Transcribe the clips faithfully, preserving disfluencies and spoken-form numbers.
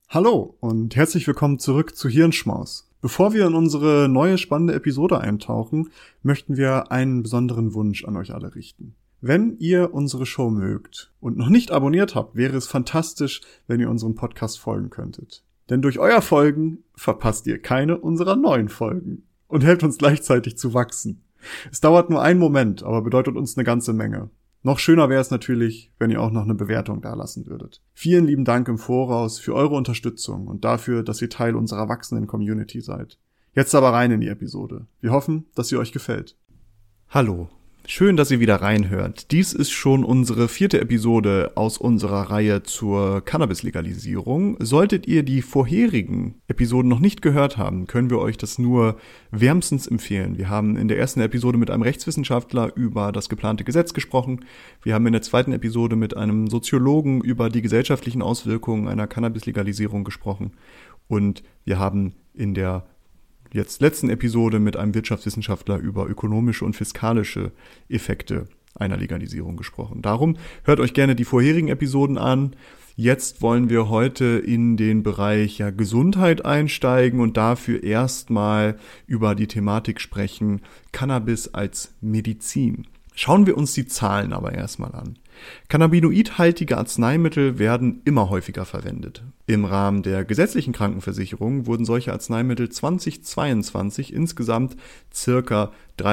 Hallo und herzlich willkommen zurück zu Hirnschmaus. Bevor wir in unsere neue spannende Episode eintauchen, möchten wir einen besonderen Wunsch an euch alle richten. Wenn ihr unsere Show mögt und noch nicht abonniert habt, wäre es fantastisch, wenn ihr unserem Podcast folgen könntet. Denn durch euer Folgen verpasst ihr keine unserer neuen Folgen und helft uns gleichzeitig zu wachsen. Es dauert nur einen Moment, aber bedeutet uns eine ganze Menge. Noch schöner wäre es natürlich, wenn ihr auch noch eine Bewertung dalassen würdet. Vielen lieben Dank im Voraus für eure Unterstützung und dafür, dass ihr Teil unserer wachsenden Community seid. Jetzt aber rein in die Episode. Wir hoffen, dass sie euch gefällt. Hallo. Schön, dass ihr wieder reinhört. Dies ist schon unsere vierte Episode aus unserer Reihe zur Cannabis-Legalisierung. Solltet ihr die vorherigen Episoden noch nicht gehört haben, können wir euch das nur wärmstens empfehlen. Wir haben in der ersten Episode mit einem Rechtswissenschaftler über das geplante Gesetz gesprochen. Wir haben in der zweiten Episode mit einem Soziologen über die gesellschaftlichen Auswirkungen einer Cannabis-Legalisierung gesprochen. Und wir haben in der jetzt letzten Episode mit einem Wirtschaftswissenschaftler über ökonomische und fiskalische Effekte einer Legalisierung gesprochen. Darum hört euch gerne die vorherigen Episoden an. Jetzt wollen wir heute in den Bereich ja, Gesundheit einsteigen und dafür erstmal über die Thematik sprechen, Cannabis als Medizin. Schauen wir uns die Zahlen aber erstmal an. Cannabinoidhaltige Arzneimittel werden immer häufiger verwendet. Im Rahmen der gesetzlichen Krankenversicherung wurden solche Arzneimittel zweitausendzweiundzwanzig insgesamt circa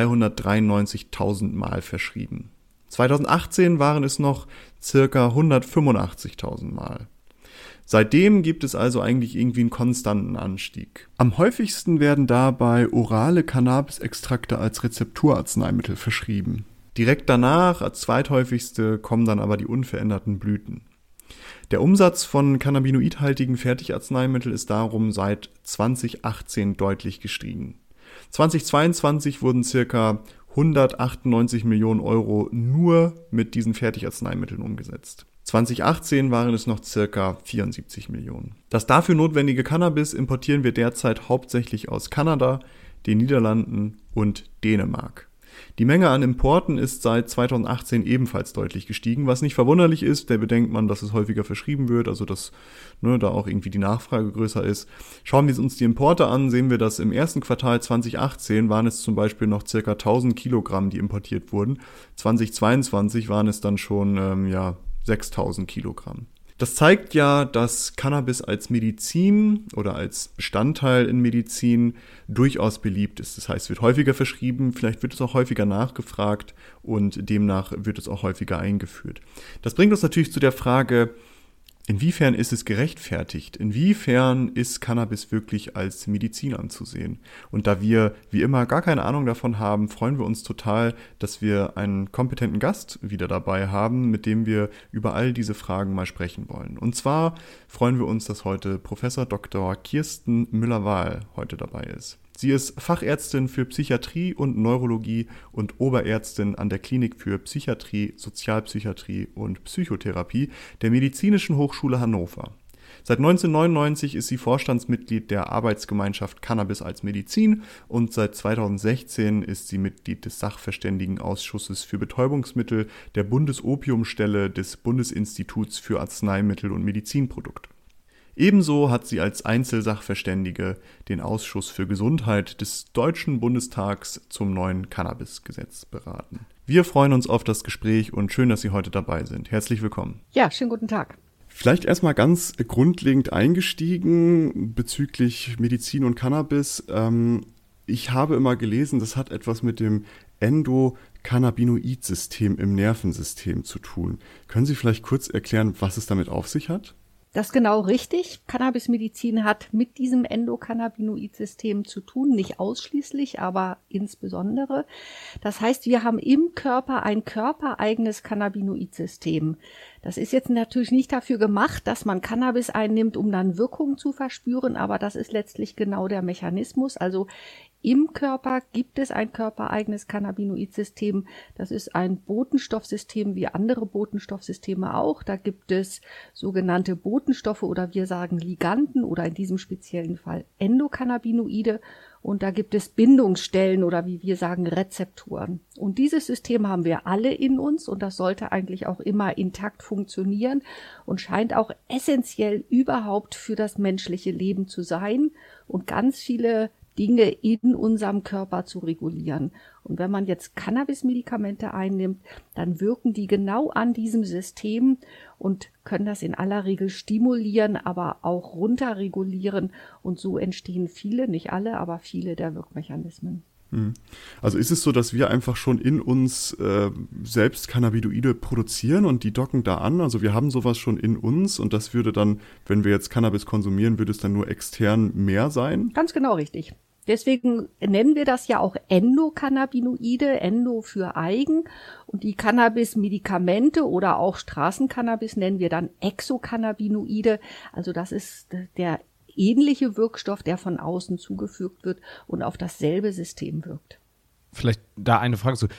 dreihundertdreiundneunzigtausend Mal verschrieben. zweitausendachtzehn waren es noch circa hundertfünfundachtzigtausend Mal. Seitdem gibt es also eigentlich irgendwie einen konstanten Anstieg. Am häufigsten werden dabei orale Cannabisextrakte als Rezepturarzneimittel verschrieben. Direkt danach, als zweithäufigste, kommen dann aber die unveränderten Blüten. Der Umsatz von cannabinoidhaltigen Fertigarzneimitteln ist darum seit zweitausendachtzehn deutlich gestiegen. zweitausendzweiundzwanzig wurden circa hundertachtundneunzig Millionen Euro nur mit diesen Fertigarzneimitteln umgesetzt. zweitausendachtzehn waren es noch circa vierundsiebzig Millionen. Das dafür notwendige Cannabis importieren wir derzeit hauptsächlich aus Kanada, den Niederlanden und Dänemark. Die Menge an Importen ist seit zweitausendachtzehn ebenfalls deutlich gestiegen, was nicht verwunderlich ist, da bedenkt man, dass es häufiger verschrieben wird, also dass ne, da auch irgendwie die Nachfrage größer ist. Schauen wir uns die Importe an, sehen wir, dass im ersten Quartal zweitausendachtzehn waren es zum Beispiel noch ca. tausend Kilogramm, die importiert wurden. zweitausendzweiundzwanzig waren es dann schon ähm, ja, sechstausend Kilogramm. Das zeigt ja, dass Cannabis als Medizin oder als Bestandteil in Medizin durchaus beliebt ist. Das heißt, es wird häufiger verschrieben, vielleicht wird es auch häufiger nachgefragt und demnach wird es auch häufiger eingeführt. Das bringt uns natürlich zu der Frage, inwiefern ist es gerechtfertigt? Inwiefern ist Cannabis wirklich als Medizin anzusehen? Und da wir wie immer gar keine Ahnung davon haben, freuen wir uns total, dass wir einen kompetenten Gast wieder dabei haben, mit dem wir über all diese Fragen mal sprechen wollen. Und zwar freuen wir uns, dass heute Professor Doktor Kirsten Müller-Wahl heute dabei ist. Sie ist Fachärztin für Psychiatrie und Neurologie und Oberärztin an der Klinik für Psychiatrie, Sozialpsychiatrie und Psychotherapie der Medizinischen Hochschule Hannover. Seit neunzehnhundertneunundneunzig ist sie Vorstandsmitglied der Arbeitsgemeinschaft Cannabis als Medizin und seit zweitausendsechzehn ist sie Mitglied des Sachverständigenausschusses für Betäubungsmittel der Bundesopiumstelle des Bundesinstituts für Arzneimittel und Medizinprodukte. Ebenso hat sie als Einzelsachverständige den Ausschuss für Gesundheit des Deutschen Bundestags zum neuen Cannabis-Gesetz beraten. Wir freuen uns auf das Gespräch und schön, dass Sie heute dabei sind. Herzlich willkommen. Ja, schönen guten Tag. Vielleicht erstmal ganz grundlegend eingestiegen bezüglich Medizin und Cannabis. Ähm, ich habe immer gelesen, das hat etwas mit dem Endokannabinoid-System im Nervensystem zu tun. Können Sie vielleicht kurz erklären, was es damit auf sich hat? Das ist genau richtig. Cannabismedizin hat mit diesem Endokannabinoid-System zu tun, nicht ausschließlich, aber insbesondere. Das heißt, wir haben im Körper ein körpereigenes Cannabinoid-System. Das ist jetzt natürlich nicht dafür gemacht, dass man Cannabis einnimmt, um dann Wirkungen zu verspüren, aber das ist letztlich genau der Mechanismus. Also im Körper gibt es ein körpereigenes Cannabinoid-System. Das ist ein Botenstoffsystem wie andere Botenstoffsysteme auch. Da gibt es sogenannte Botenstoffe oder wir sagen Liganden oder in diesem speziellen Fall Endokannabinoide. Und da gibt es Bindungsstellen oder wie wir sagen Rezeptoren. Und dieses System haben wir alle in uns und das sollte eigentlich auch immer intakt funktionieren und scheint auch essentiell überhaupt für das menschliche Leben zu sein und ganz viele Dinge in unserem Körper zu regulieren. Und wenn man jetzt Cannabis-Medikamente einnimmt, dann wirken die genau an diesem System und können das in aller Regel stimulieren, aber auch runterregulieren. Und so entstehen viele, nicht alle, aber viele der Wirkmechanismen. Also ist es so, dass wir einfach schon in uns äh, selbst Cannabinoide produzieren und die docken da an? Also wir haben sowas schon in uns und das würde dann, wenn wir jetzt Cannabis konsumieren, würde es dann nur extern mehr sein? Ganz genau richtig. Deswegen nennen wir das ja auch Endokannabinoide, Endo für eigen. Und die Cannabis-Medikamente oder auch Straßencannabis nennen wir dann Exokannabinoide. Also das ist der ähnliche Wirkstoff, der von außen zugefügt wird und auf dasselbe System wirkt. Vielleicht da eine Frage zu.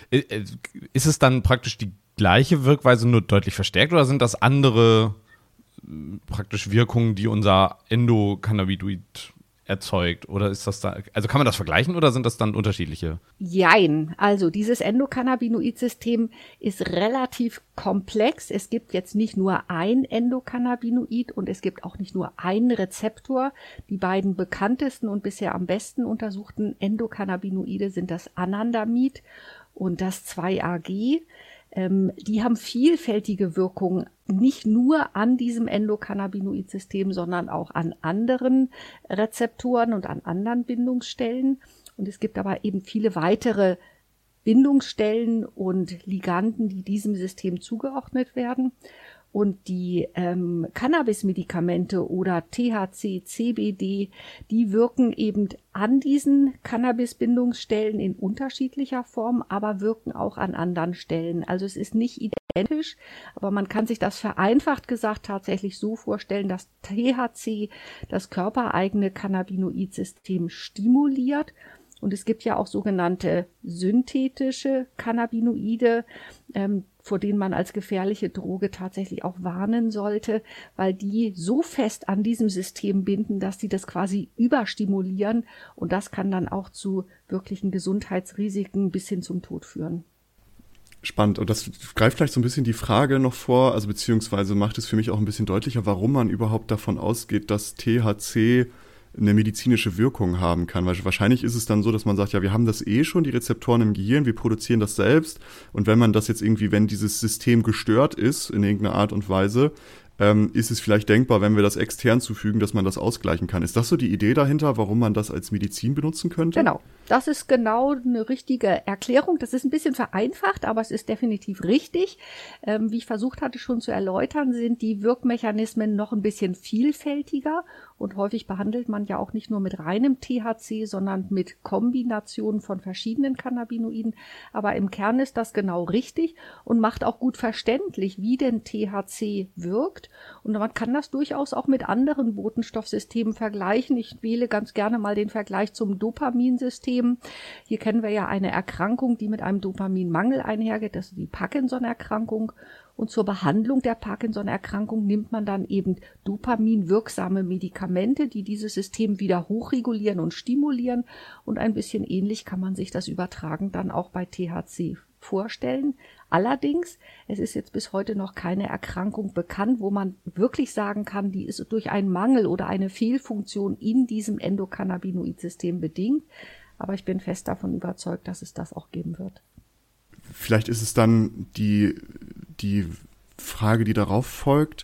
Ist es dann praktisch die gleiche Wirkweise, nur deutlich verstärkt, oder sind das andere praktisch Wirkungen, die unser Endokannabinoid erzeugt? Oder ist das da, also kann man das vergleichen oder sind das dann unterschiedliche? Jein. Also dieses Endokannabinoid-System ist relativ komplex. Es gibt jetzt nicht nur ein Endokannabinoid und es gibt auch nicht nur einen Rezeptor. Die beiden bekanntesten und bisher am besten untersuchten Endokannabinoide sind das Anandamid und das zwei A G. Ähm, die haben vielfältige Wirkungen, nicht nur an diesem Endokannabinoid-System, sondern auch an anderen Rezeptoren und an anderen Bindungsstellen. Und es gibt aber eben viele weitere Bindungsstellen und Liganden, die diesem System zugeordnet werden. Und die ähm, Cannabis-Medikamente oder T H C, C B D, die wirken eben an diesen Cannabis-Bindungsstellen in unterschiedlicher Form, aber wirken auch an anderen Stellen. Also es ist nicht identisch, aber man kann sich das vereinfacht gesagt tatsächlich so vorstellen, dass T H C das körpereigene Cannabinoid-System stimuliert. Und es gibt ja auch sogenannte synthetische Cannabinoide, ähm, vor denen man als gefährliche Droge tatsächlich auch warnen sollte, weil die so fest an diesem System binden, dass die das quasi überstimulieren. Und das kann dann auch zu wirklichen Gesundheitsrisiken bis hin zum Tod führen. Spannend. Und das greift vielleicht so ein bisschen die Frage noch vor, also beziehungsweise macht es für mich auch ein bisschen deutlicher, warum man überhaupt davon ausgeht, dass T H C eine medizinische Wirkung haben kann. Weil wahrscheinlich ist es dann so, dass man sagt, ja, wir haben das eh schon, die Rezeptoren im Gehirn, wir produzieren das selbst. Und wenn man das jetzt irgendwie, wenn dieses System gestört ist, in irgendeiner Art und Weise, ähm, ist es vielleicht denkbar, wenn wir das extern zufügen, dass man das ausgleichen kann. Ist das so die Idee dahinter, warum man das als Medizin benutzen könnte? Genau. Das ist genau eine richtige Erklärung. Das ist ein bisschen vereinfacht, aber es ist definitiv richtig. Ähm, wie ich versucht hatte schon zu erläutern, sind die Wirkmechanismen noch ein bisschen vielfältiger und häufig behandelt man ja auch nicht nur mit reinem T H C, sondern mit Kombinationen von verschiedenen Cannabinoiden. Aber im Kern ist das genau richtig und macht auch gut verständlich, wie denn T H C wirkt. Und man kann das durchaus auch mit anderen Botenstoffsystemen vergleichen. Ich wähle ganz gerne mal den Vergleich zum Dopaminsystem. Hier kennen wir ja eine Erkrankung, die mit einem Dopaminmangel einhergeht, das ist die Parkinson-Erkrankung. Und zur Behandlung der Parkinson-Erkrankung nimmt man dann eben dopaminwirksame Medikamente, die dieses System wieder hochregulieren und stimulieren. Und ein bisschen ähnlich kann man sich das übertragen dann auch bei T H C vorstellen. Allerdings, es ist jetzt bis heute noch keine Erkrankung bekannt, wo man wirklich sagen kann, die ist durch einen Mangel oder eine Fehlfunktion in diesem Endokannabinoid-System bedingt. Aber ich bin fest davon überzeugt, dass es das auch geben wird. Vielleicht ist es dann die, die Frage, die darauf folgt,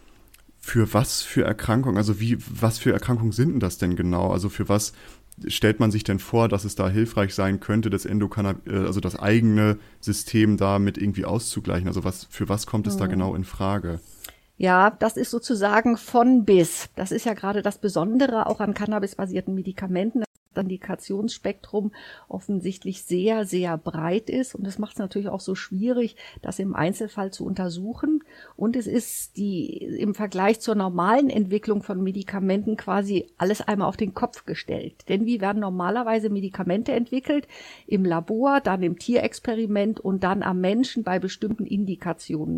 für was für Erkrankungen, also wie, was für Erkrankungen sind denn das denn genau? Also für was stellt man sich denn vor, dass es da hilfreich sein könnte, das Endokannab- also das eigene System damit irgendwie auszugleichen? Also was, für was kommt es hm. da genau in Frage? Ja, das ist sozusagen von bis. Das ist ja gerade das Besondere auch an cannabisbasierten Medikamenten, dass das Indikationsspektrum offensichtlich sehr, sehr breit ist. Und das macht es natürlich auch so schwierig, das im Einzelfall zu untersuchen. Und es ist die im Vergleich zur normalen Entwicklung von Medikamenten quasi alles einmal auf den Kopf gestellt. Denn wie werden normalerweise Medikamente entwickelt? Im Labor, dann im Tierexperiment und dann am Menschen bei bestimmten Indikationen.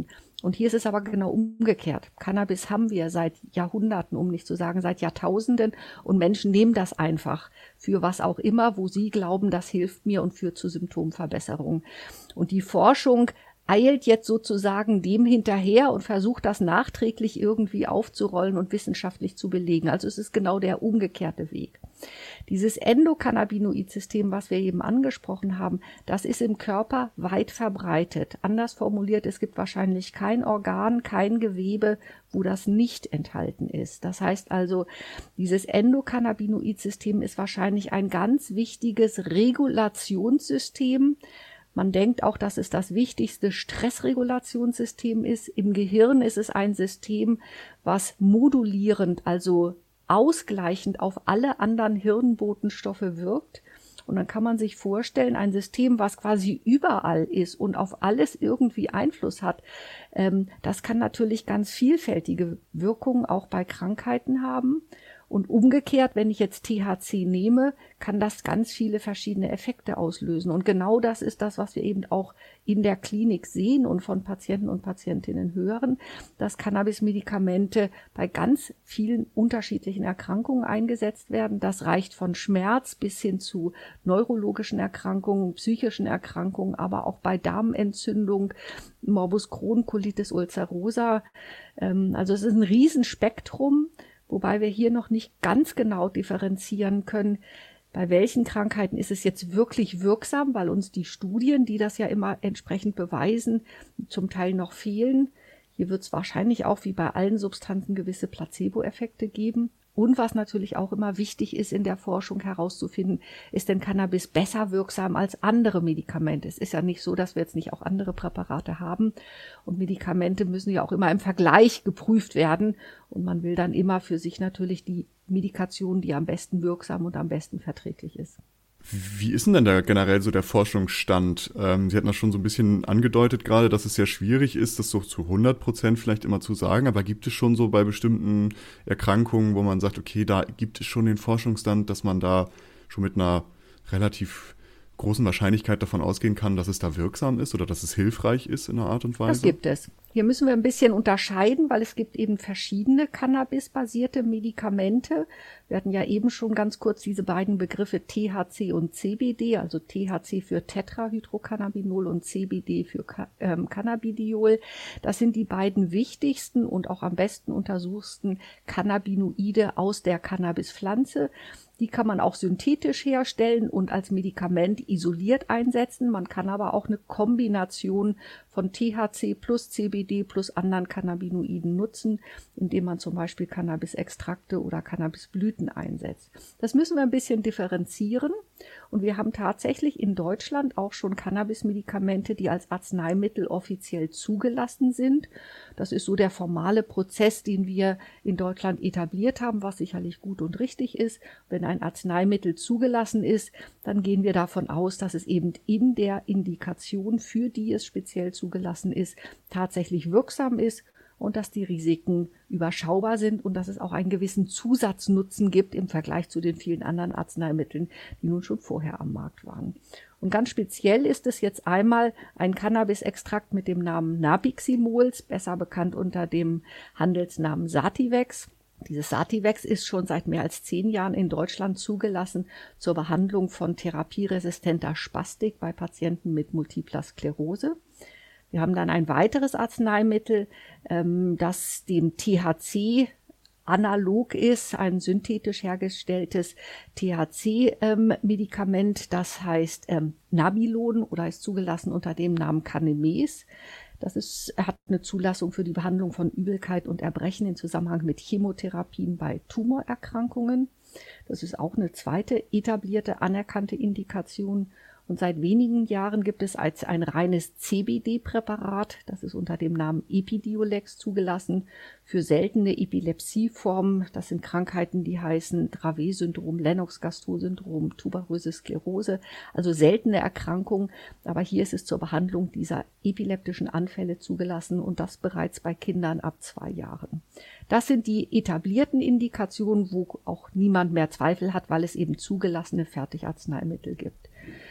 Und hier ist es aber genau umgekehrt. Cannabis haben wir seit Jahrhunderten, um nicht zu sagen seit Jahrtausenden. Und Menschen nehmen das einfach für was auch immer, wo sie glauben, das hilft mir und führt zu Symptomverbesserung. Und die Forschung eilt jetzt sozusagen dem hinterher und versucht das nachträglich irgendwie aufzurollen und wissenschaftlich zu belegen. Also es ist genau der umgekehrte Weg. Dieses Endokannabinoid-System, was wir eben angesprochen haben, das ist im Körper weit verbreitet. Anders formuliert, es gibt wahrscheinlich kein Organ, kein Gewebe, wo das nicht enthalten ist. Das heißt also, dieses Endokannabinoid-System ist wahrscheinlich ein ganz wichtiges Regulationssystem. Man denkt auch, dass es das wichtigste Stressregulationssystem ist. Im Gehirn ist es ein System, was modulierend, also ausgleichend auf alle anderen Hirnbotenstoffe wirkt. Und dann kann man sich vorstellen, ein System, was quasi überall ist und auf alles irgendwie Einfluss hat, ähm, das kann natürlich ganz vielfältige Wirkungen auch bei Krankheiten haben. Und umgekehrt, wenn ich jetzt T H C nehme, kann das ganz viele verschiedene Effekte auslösen. Und genau das ist das, was wir eben auch in der Klinik sehen und von Patienten und Patientinnen hören, dass Cannabis-Medikamente bei ganz vielen unterschiedlichen Erkrankungen eingesetzt werden. Das reicht von Schmerz bis hin zu neurologischen Erkrankungen, psychischen Erkrankungen, aber auch bei Darmentzündung, Morbus Crohn, Colitis ulcerosa. Also es ist ein Riesenspektrum, wobei wir hier noch nicht ganz genau differenzieren können, bei welchen Krankheiten ist es jetzt wirklich wirksam, weil uns die Studien, die das ja immer entsprechend beweisen, zum Teil noch fehlen. Hier wird es wahrscheinlich auch wie bei allen Substanzen gewisse Placebo-Effekte geben. Und was natürlich auch immer wichtig ist in der Forschung herauszufinden, ist denn Cannabis besser wirksam als andere Medikamente? Es ist ja nicht so, dass wir jetzt nicht auch andere Präparate haben. Und Medikamente müssen ja auch immer im Vergleich geprüft werden. Und man will dann immer für sich natürlich die Medikation, die am besten wirksam und am besten verträglich ist. Wie ist denn denn da generell so der Forschungsstand? Ähm, Sie hatten das schon so ein bisschen angedeutet gerade, dass es sehr schwierig ist, das so zu hundert Prozent vielleicht immer zu sagen, aber gibt es schon so bei bestimmten Erkrankungen, wo man sagt, okay, da gibt es schon den Forschungsstand, dass man da schon mit einer relativ großen Wahrscheinlichkeit davon ausgehen kann, dass es da wirksam ist oder dass es hilfreich ist in einer Art und Weise? Das gibt es. Hier müssen wir ein bisschen unterscheiden, weil es gibt eben verschiedene Cannabis-basierte Medikamente. Wir hatten ja eben schon ganz kurz diese beiden Begriffe T H C und C B D, also T H C für Tetrahydrocannabinol und C B D für ähm, Cannabidiol. Das sind die beiden wichtigsten und auch am besten untersuchten Cannabinoide aus der Cannabispflanze. Die kann man auch synthetisch herstellen und als Medikament isoliert einsetzen. Man kann aber auch eine Kombination von T H C plus C B D plus anderen Cannabinoiden nutzen, indem man zum Beispiel Cannabisextrakte oder Cannabisblüten einsetzt. Das müssen wir ein bisschen differenzieren. Und wir haben tatsächlich in Deutschland auch schon Cannabismedikamente, die als Arzneimittel offiziell zugelassen sind. Das ist so der formale Prozess, den wir in Deutschland etabliert haben, was sicherlich gut und richtig ist. Wenn ein Arzneimittel zugelassen ist, dann gehen wir davon aus, dass es eben in der Indikation, für die es speziell zugelassen ist, tatsächlich wirksam ist und dass die Risiken überschaubar sind und dass es auch einen gewissen Zusatznutzen gibt im Vergleich zu den vielen anderen Arzneimitteln, die nun schon vorher am Markt waren. Und ganz speziell ist es jetzt einmal ein Cannabisextrakt mit dem Namen Nabiximols, besser bekannt unter dem Handelsnamen Sativex. Dieses Sativex ist schon seit mehr als zehn Jahren in Deutschland zugelassen zur Behandlung von therapieresistenter Spastik bei Patienten mit multipler Sklerose. Wir haben dann ein weiteres Arzneimittel, ähm, das dem T H C analog ist, ein synthetisch hergestelltes T H C-Medikament, ähm, das heißt ähm, Nabilon oder ist zugelassen unter dem Namen Canemes. Das ist, hat eine Zulassung für die Behandlung von Übelkeit und Erbrechen in Zusammenhang mit Chemotherapien bei Tumorerkrankungen. Das ist auch eine zweite etablierte, anerkannte Indikation. Und seit wenigen Jahren gibt es als ein reines C B D-Präparat, das ist unter dem Namen Epidiolex zugelassen, für seltene Epilepsieformen. Das sind Krankheiten, die heißen Dravet-Syndrom, Lennox-Gastaut-Syndrom, tuberöse Sklerose, also seltene Erkrankungen. Aber hier ist es zur Behandlung dieser epileptischen Anfälle zugelassen und das bereits bei Kindern ab zwei Jahren. Das sind die etablierten Indikationen, wo auch niemand mehr Zweifel hat, weil es eben zugelassene Fertigarzneimittel gibt.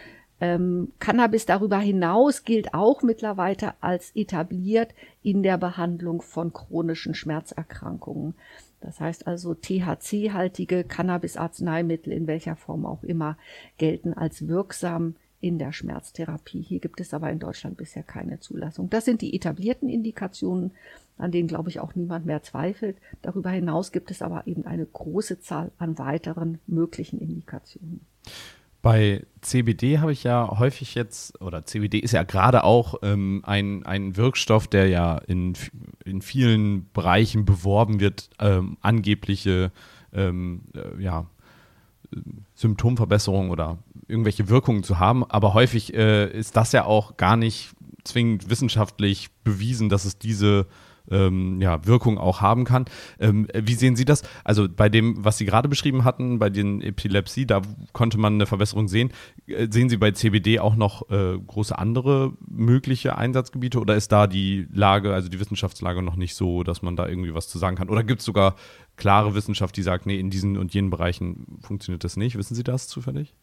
Ähm, Cannabis darüber hinaus gilt auch mittlerweile als etabliert in der Behandlung von chronischen Schmerzerkrankungen. Das heißt also T H C-haltige Cannabis-Arzneimittel in welcher Form auch immer gelten als wirksam in der Schmerztherapie. Hier gibt es aber in Deutschland bisher keine Zulassung. Das sind die etablierten Indikationen, an denen, glaube ich, auch niemand mehr zweifelt. Darüber hinaus gibt es aber eben eine große Zahl an weiteren möglichen Indikationen. Bei C B D habe ich ja häufig jetzt, oder C B D ist ja gerade auch ähm, ein, ein Wirkstoff, der ja in, in vielen Bereichen beworben wird, ähm, angebliche ähm, äh, ja, Symptomverbesserung oder irgendwelche Wirkungen zu haben. Aber häufig äh, ist das ja auch gar nicht zwingend wissenschaftlich bewiesen, dass es diese ähm, ja, Wirkung auch haben kann. Ähm, wie sehen Sie das? Also bei dem, was Sie gerade beschrieben hatten, bei den Epilepsie, da konnte man eine Verbesserung sehen. Äh, sehen Sie bei C B D auch noch äh, große andere mögliche Einsatzgebiete oder ist da die Lage, also die Wissenschaftslage noch nicht so, dass man da irgendwie was zu sagen kann? Oder gibt es sogar klare Wissenschaft, die sagt, nee, in diesen und jenen Bereichen funktioniert das nicht? Wissen Sie das zufällig?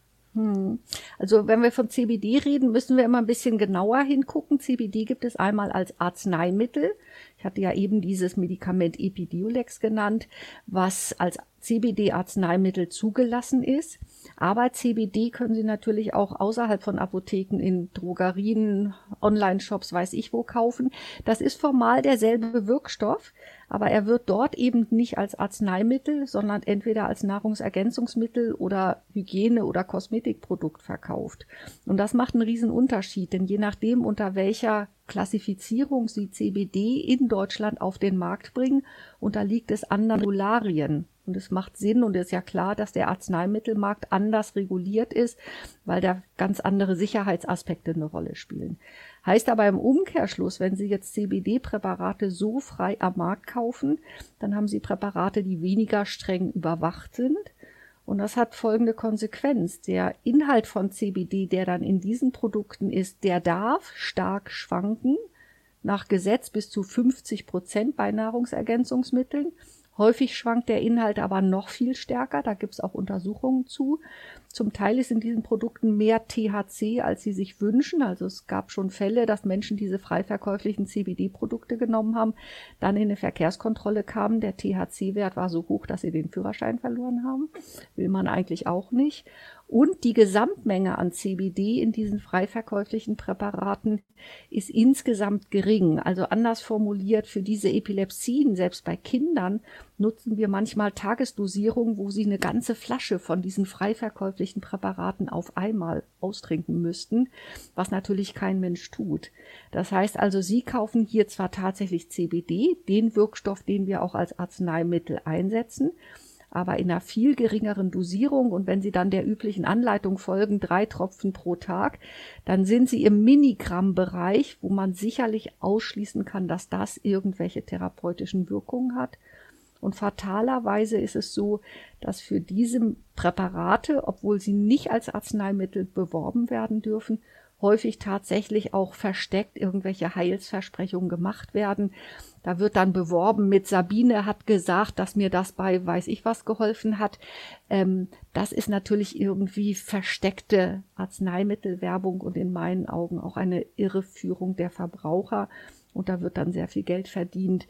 Hm. Also wenn wir von C B D reden, müssen wir immer ein bisschen genauer hingucken. C B D gibt es einmal als Arzneimittel. Ich hatte ja eben dieses Medikament Epidiolex genannt, was als C B D-Arzneimittel zugelassen ist. Aber C B D können Sie natürlich auch außerhalb von Apotheken in Drogerien, Online-Shops, weiß ich wo kaufen. Das ist formal derselbe Wirkstoff, aber er wird dort eben nicht als Arzneimittel, sondern entweder als Nahrungsergänzungsmittel oder Hygiene- oder Kosmetikprodukt verkauft. Und das macht einen riesen Unterschied, denn je nachdem, unter welcher Klassifizierung Sie C B D in Deutschland auf den Markt bringen, unterliegt es anderen Regularien. Und es macht Sinn und es ist ja klar, dass der Arzneimittelmarkt anders reguliert ist, weil da ganz andere Sicherheitsaspekte eine Rolle spielen. Heißt aber im Umkehrschluss, wenn Sie jetzt C B D-Präparate so frei am Markt kaufen, dann haben Sie Präparate, die weniger streng überwacht sind. Und das hat folgende Konsequenz. Der Inhalt von C B D, der dann in diesen Produkten ist, der darf stark schwanken, nach Gesetz bis zu fünfzig Prozent bei Nahrungsergänzungsmitteln. Häufig schwankt der Inhalt aber noch viel stärker, da gibt es auch Untersuchungen zu. Zum Teil ist in diesen Produkten mehr T H C, als sie sich wünschen. Also es gab schon Fälle, dass Menschen diese frei verkäuflichen C B D-Produkte genommen haben, dann in eine Verkehrskontrolle kamen. Der T H C-Wert war so hoch, dass sie den Führerschein verloren haben. Will man eigentlich auch nicht. Und die Gesamtmenge an C B D in diesen frei verkäuflichen Präparaten ist insgesamt gering. Also anders formuliert, für diese Epilepsien, selbst bei Kindern, nutzen wir manchmal Tagesdosierungen, wo sie eine ganze Flasche von diesen frei verkäuflichen Präparaten auf einmal austrinken müssten, was natürlich kein Mensch tut. Das heißt also, Sie kaufen hier zwar tatsächlich C B D, den Wirkstoff, den wir auch als Arzneimittel einsetzen, aber in einer viel geringeren Dosierung. Und wenn Sie dann der üblichen Anleitung folgen, drei Tropfen pro Tag, dann sind Sie im Milligramm-Bereich, wo man sicherlich ausschließen kann, dass das irgendwelche therapeutischen Wirkungen hat. Und fatalerweise ist es so, dass für diese Präparate, obwohl sie nicht als Arzneimittel beworben werden dürfen, häufig tatsächlich auch versteckt irgendwelche Heilsversprechungen gemacht werden. Da wird dann beworben mit Sabine hat gesagt, dass mir das bei weiß ich was geholfen hat. Ähm, das ist natürlich irgendwie versteckte Arzneimittelwerbung und in meinen Augen auch eine Irreführung der Verbraucher. Und da wird dann sehr viel Geld verdient.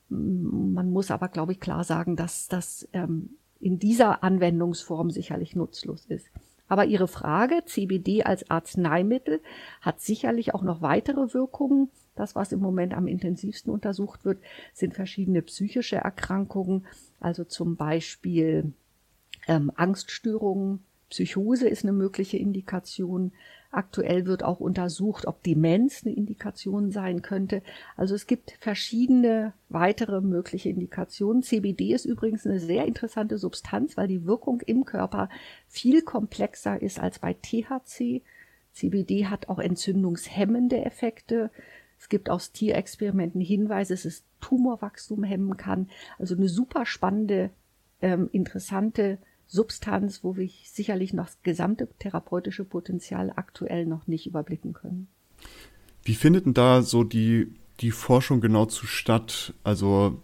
Man muss aber, glaube ich, klar sagen, dass das ähm, in dieser Anwendungsform sicherlich nutzlos ist. Aber Ihre Frage, C B D als Arzneimittel, hat sicherlich auch noch weitere Wirkungen. Das, was im Moment am intensivsten untersucht wird, sind verschiedene psychische Erkrankungen, also zum Beispiel ähm, Angststörungen. Psychose ist eine mögliche Indikation. Aktuell wird auch untersucht, ob Demenz eine Indikation sein könnte. Also es gibt verschiedene weitere mögliche Indikationen. C B D ist übrigens eine sehr interessante Substanz, weil die Wirkung im Körper viel komplexer ist als bei T H C. C B D hat auch entzündungshemmende Effekte. Es gibt aus Tierexperimenten Hinweise, dass es Tumorwachstum hemmen kann. Also eine super spannende, ähm, interessante Substanz, wo wir sicherlich noch das gesamte therapeutische Potenzial aktuell noch nicht überblicken können. Wie findet denn da so die, die Forschung genau zustatt? Also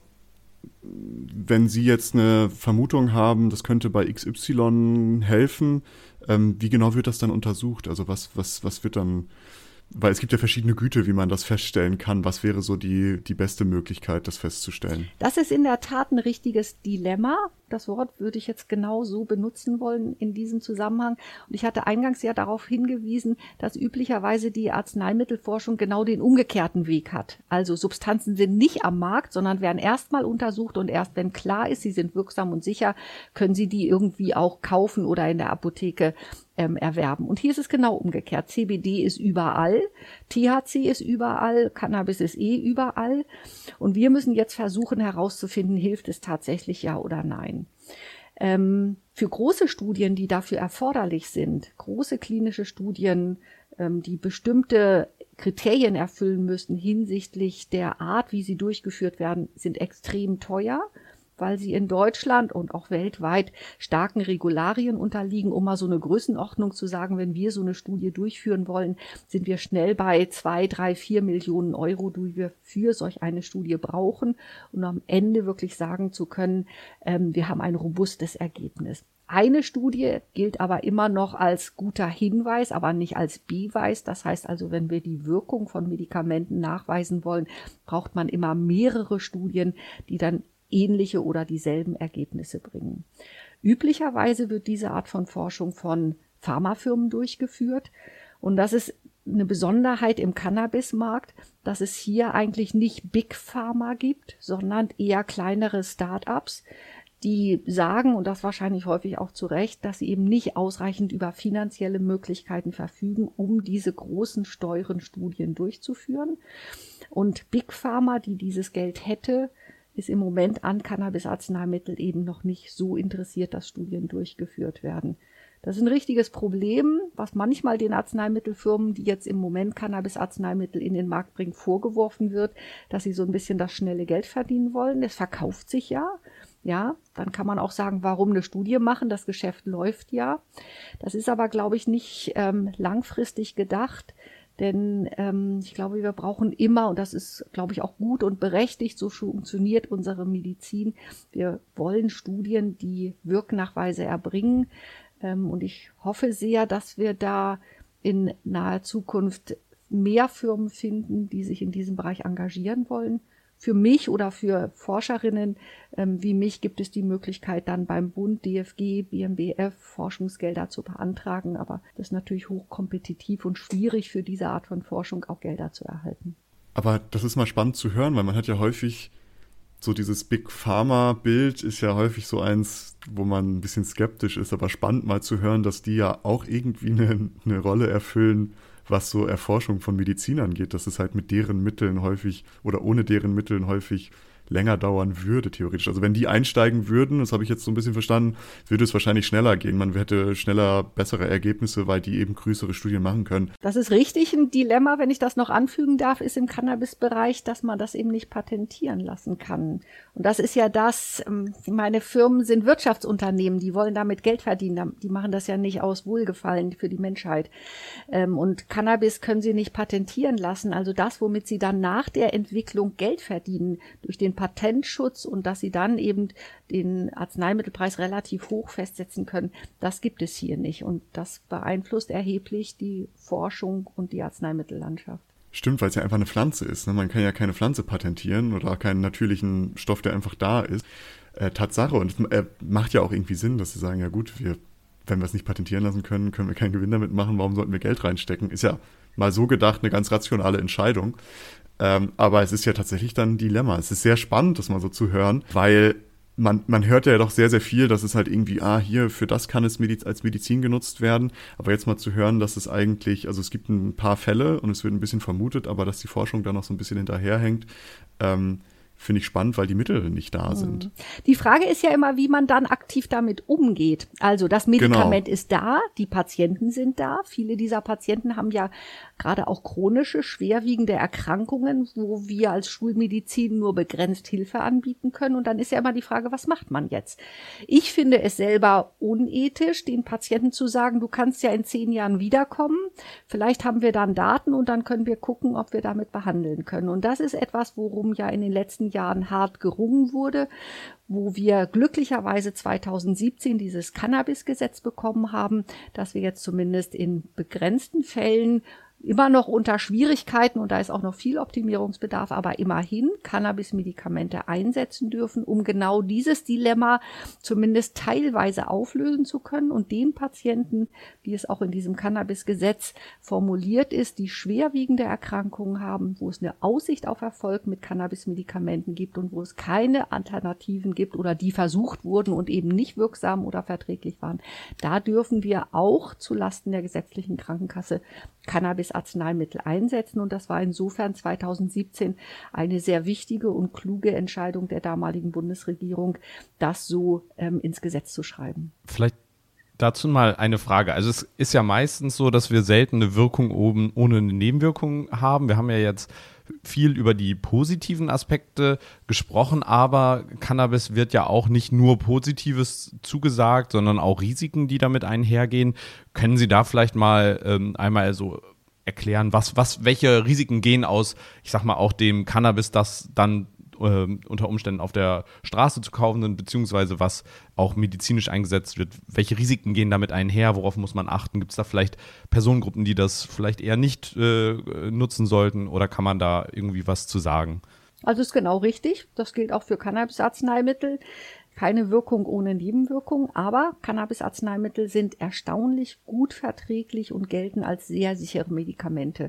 wenn Sie jetzt eine Vermutung haben, das könnte bei X Y helfen, Ähm, wie genau wird das dann untersucht? Also was, was, was wird dann, weil es gibt ja verschiedene Güte, wie man das feststellen kann. Was wäre so die, die beste Möglichkeit, das festzustellen? Das ist in der Tat ein richtiges Dilemma. Das Wort würde ich jetzt genau so benutzen wollen in diesem Zusammenhang. Und ich hatte eingangs ja darauf hingewiesen, dass üblicherweise die Arzneimittelforschung genau den umgekehrten Weg hat. Also Substanzen sind nicht am Markt, sondern werden erstmal untersucht und erst wenn klar ist, sie sind wirksam und sicher, können Sie die irgendwie auch kaufen oder in der Apotheke ähm, erwerben. Und hier ist es genau umgekehrt. C B D ist überall, T H C ist überall, Cannabis ist eh überall. Und wir müssen jetzt versuchen herauszufinden, hilft es tatsächlich ja oder nein. Ähm, für große Studien, die dafür erforderlich sind, große klinische Studien, ähm, die bestimmte Kriterien erfüllen müssen hinsichtlich der Art, wie sie durchgeführt werden, sind extrem teuer, weil sie in Deutschland und auch weltweit starken Regularien unterliegen. Um mal so eine Größenordnung zu sagen, wenn wir so eine Studie durchführen wollen, sind wir schnell bei zwei, drei, vier Millionen Euro, die wir für solch eine Studie brauchen, um am Ende wirklich sagen zu können, ähm, wir haben ein robustes Ergebnis. Eine Studie gilt aber immer noch als guter Hinweis, aber nicht als Beweis. Das heißt also, wenn wir die Wirkung von Medikamenten nachweisen wollen, braucht man immer mehrere Studien, die dann ähnliche oder dieselben Ergebnisse bringen. Üblicherweise wird diese Art von Forschung von Pharmafirmen durchgeführt und das ist eine Besonderheit im Cannabismarkt, dass es hier eigentlich nicht Big Pharma gibt, sondern eher kleinere Start-ups, die sagen, und das wahrscheinlich häufig auch zu Recht, dass sie eben nicht ausreichend über finanzielle Möglichkeiten verfügen, um diese großen, teuren Studien durchzuführen. Und Big Pharma, die dieses Geld hätte, ist im Moment an Cannabis-Arzneimittel eben noch nicht so interessiert, dass Studien durchgeführt werden. Das ist ein richtiges Problem, was manchmal den Arzneimittelfirmen, die jetzt im Moment Cannabis-Arzneimittel in den Markt bringen, vorgeworfen wird, dass sie so ein bisschen das schnelle Geld verdienen wollen. Es verkauft sich ja. Ja, dann kann man auch sagen, warum eine Studie machen? Das Geschäft läuft ja. Das ist aber, glaube ich, nicht ähm, langfristig gedacht. Denn ähm, ich glaube, wir brauchen immer, und das ist, glaube ich, auch gut und berechtigt, so funktioniert unsere Medizin, wir wollen Studien, die Wirknachweise erbringen. Ähm, und ich hoffe sehr, dass wir da in naher Zukunft mehr Firmen finden, die sich in diesem Bereich engagieren wollen. Für mich oder für Forscherinnen ähm, wie mich gibt es die Möglichkeit, dann beim Bund, D F G, B M B F Forschungsgelder zu beantragen. Aber das ist natürlich hochkompetitiv und schwierig für diese Art von Forschung auch Gelder zu erhalten. Aber das ist mal spannend zu hören, weil man hat ja häufig so dieses Big Pharma-Bild ist ja häufig so eins, wo man ein bisschen skeptisch ist. Aber spannend mal zu hören, dass die ja auch irgendwie eine, eine Rolle erfüllen, was so Erforschung von Medizin angeht, dass es halt mit deren Mitteln häufig oder ohne deren Mitteln häufig länger dauern würde, theoretisch. Also wenn die einsteigen würden, das habe ich jetzt so ein bisschen verstanden, würde es wahrscheinlich schneller gehen. Man hätte schneller bessere Ergebnisse, weil die eben größere Studien machen können. Das ist richtig. Ein Dilemma, wenn ich das noch anfügen darf, ist im Cannabis-Bereich, dass man das eben nicht patentieren lassen kann. Und das ist ja das, meine Firmen sind Wirtschaftsunternehmen, die wollen damit Geld verdienen. Die machen das ja nicht aus Wohlgefallen für die Menschheit. Und Cannabis können sie nicht patentieren lassen. Also das, womit sie dann nach der Entwicklung Geld verdienen, durch den Patentschutz und dass sie dann eben den Arzneimittelpreis relativ hoch festsetzen können, das gibt es hier nicht. Und das beeinflusst erheblich die Forschung und die Arzneimittellandschaft. Stimmt, weil es ja einfach eine Pflanze ist. Ne? Man kann ja keine Pflanze patentieren oder keinen natürlichen Stoff, der einfach da ist. Äh, Tatsache. Und es äh, macht ja auch irgendwie Sinn, dass sie sagen, ja gut, wir, wenn wir es nicht patentieren lassen können, können wir keinen Gewinn damit machen. Warum sollten wir Geld reinstecken? Ist ja mal so gedacht eine ganz rationale Entscheidung. Ähm, aber es ist ja tatsächlich dann ein Dilemma. Es ist sehr spannend, das mal so zu hören, weil man, man hört ja doch sehr, sehr viel, dass es halt irgendwie, ah, hier, für das kann es Mediz- als Medizin genutzt werden. Aber jetzt mal zu hören, dass es eigentlich, also es gibt ein paar Fälle und es wird ein bisschen vermutet, aber dass die Forschung da noch so ein bisschen hinterherhängt, ähm, finde ich spannend, weil die Mittel nicht da sind. Die Frage ist ja immer, wie man dann aktiv damit umgeht. Also das Medikament Genau. ist da, die Patienten sind da. Viele dieser Patienten haben ja gerade auch chronische, schwerwiegende Erkrankungen, wo wir als Schulmedizin nur begrenzt Hilfe anbieten können. Und dann ist ja immer die Frage, was macht man jetzt? Ich finde es selber unethisch, den Patienten zu sagen, du kannst ja in zehn Jahren wiederkommen. Vielleicht haben wir dann Daten und dann können wir gucken, ob wir damit behandeln können. Und das ist etwas, worum ja in den letzten Jahren hart gerungen wurde, wo wir glücklicherweise zweitausendsiebzehn dieses Cannabis-Gesetz bekommen haben, dass wir jetzt zumindest in begrenzten Fällen immer noch unter Schwierigkeiten, und da ist auch noch viel Optimierungsbedarf, aber immerhin Cannabis-Medikamente einsetzen dürfen, um genau dieses Dilemma zumindest teilweise auflösen zu können und den Patienten, wie es auch in diesem Cannabis-Gesetz formuliert ist, die schwerwiegende Erkrankungen haben, wo es eine Aussicht auf Erfolg mit Cannabis-Medikamenten gibt und wo es keine Alternativen gibt oder die versucht wurden und eben nicht wirksam oder verträglich waren. Da dürfen wir auch zulasten der gesetzlichen Krankenkasse Cannabis-Arzneimittel einsetzen, und das war insofern zweitausendsiebzehn eine sehr wichtige und kluge Entscheidung der damaligen Bundesregierung, das so ähm, ins Gesetz zu schreiben. Vielleicht dazu mal eine Frage. Also es ist ja meistens so, dass wir selten eine Wirkung oben ohne eine Nebenwirkung haben. Wir haben ja jetzt viel über die positiven Aspekte gesprochen, aber Cannabis wird ja auch nicht nur Positives zugesagt, sondern auch Risiken, die damit einhergehen. Können Sie da vielleicht mal ähm, einmal so erklären, was, was, welche Risiken gehen aus, ich sag mal, auch dem Cannabis, das dann äh, unter Umständen auf der Straße zu kaufen, beziehungsweise was auch medizinisch eingesetzt wird? Welche Risiken gehen damit einher? Worauf muss man achten? Gibt es da vielleicht Personengruppen, die das vielleicht eher nicht äh, nutzen sollten, oder kann man da irgendwie was zu sagen? Also ist genau richtig. Das gilt auch für Cannabis-Arzneimittel. Keine Wirkung ohne Nebenwirkung, aber Cannabis-Arzneimittel sind erstaunlich gut verträglich und gelten als sehr sichere Medikamente.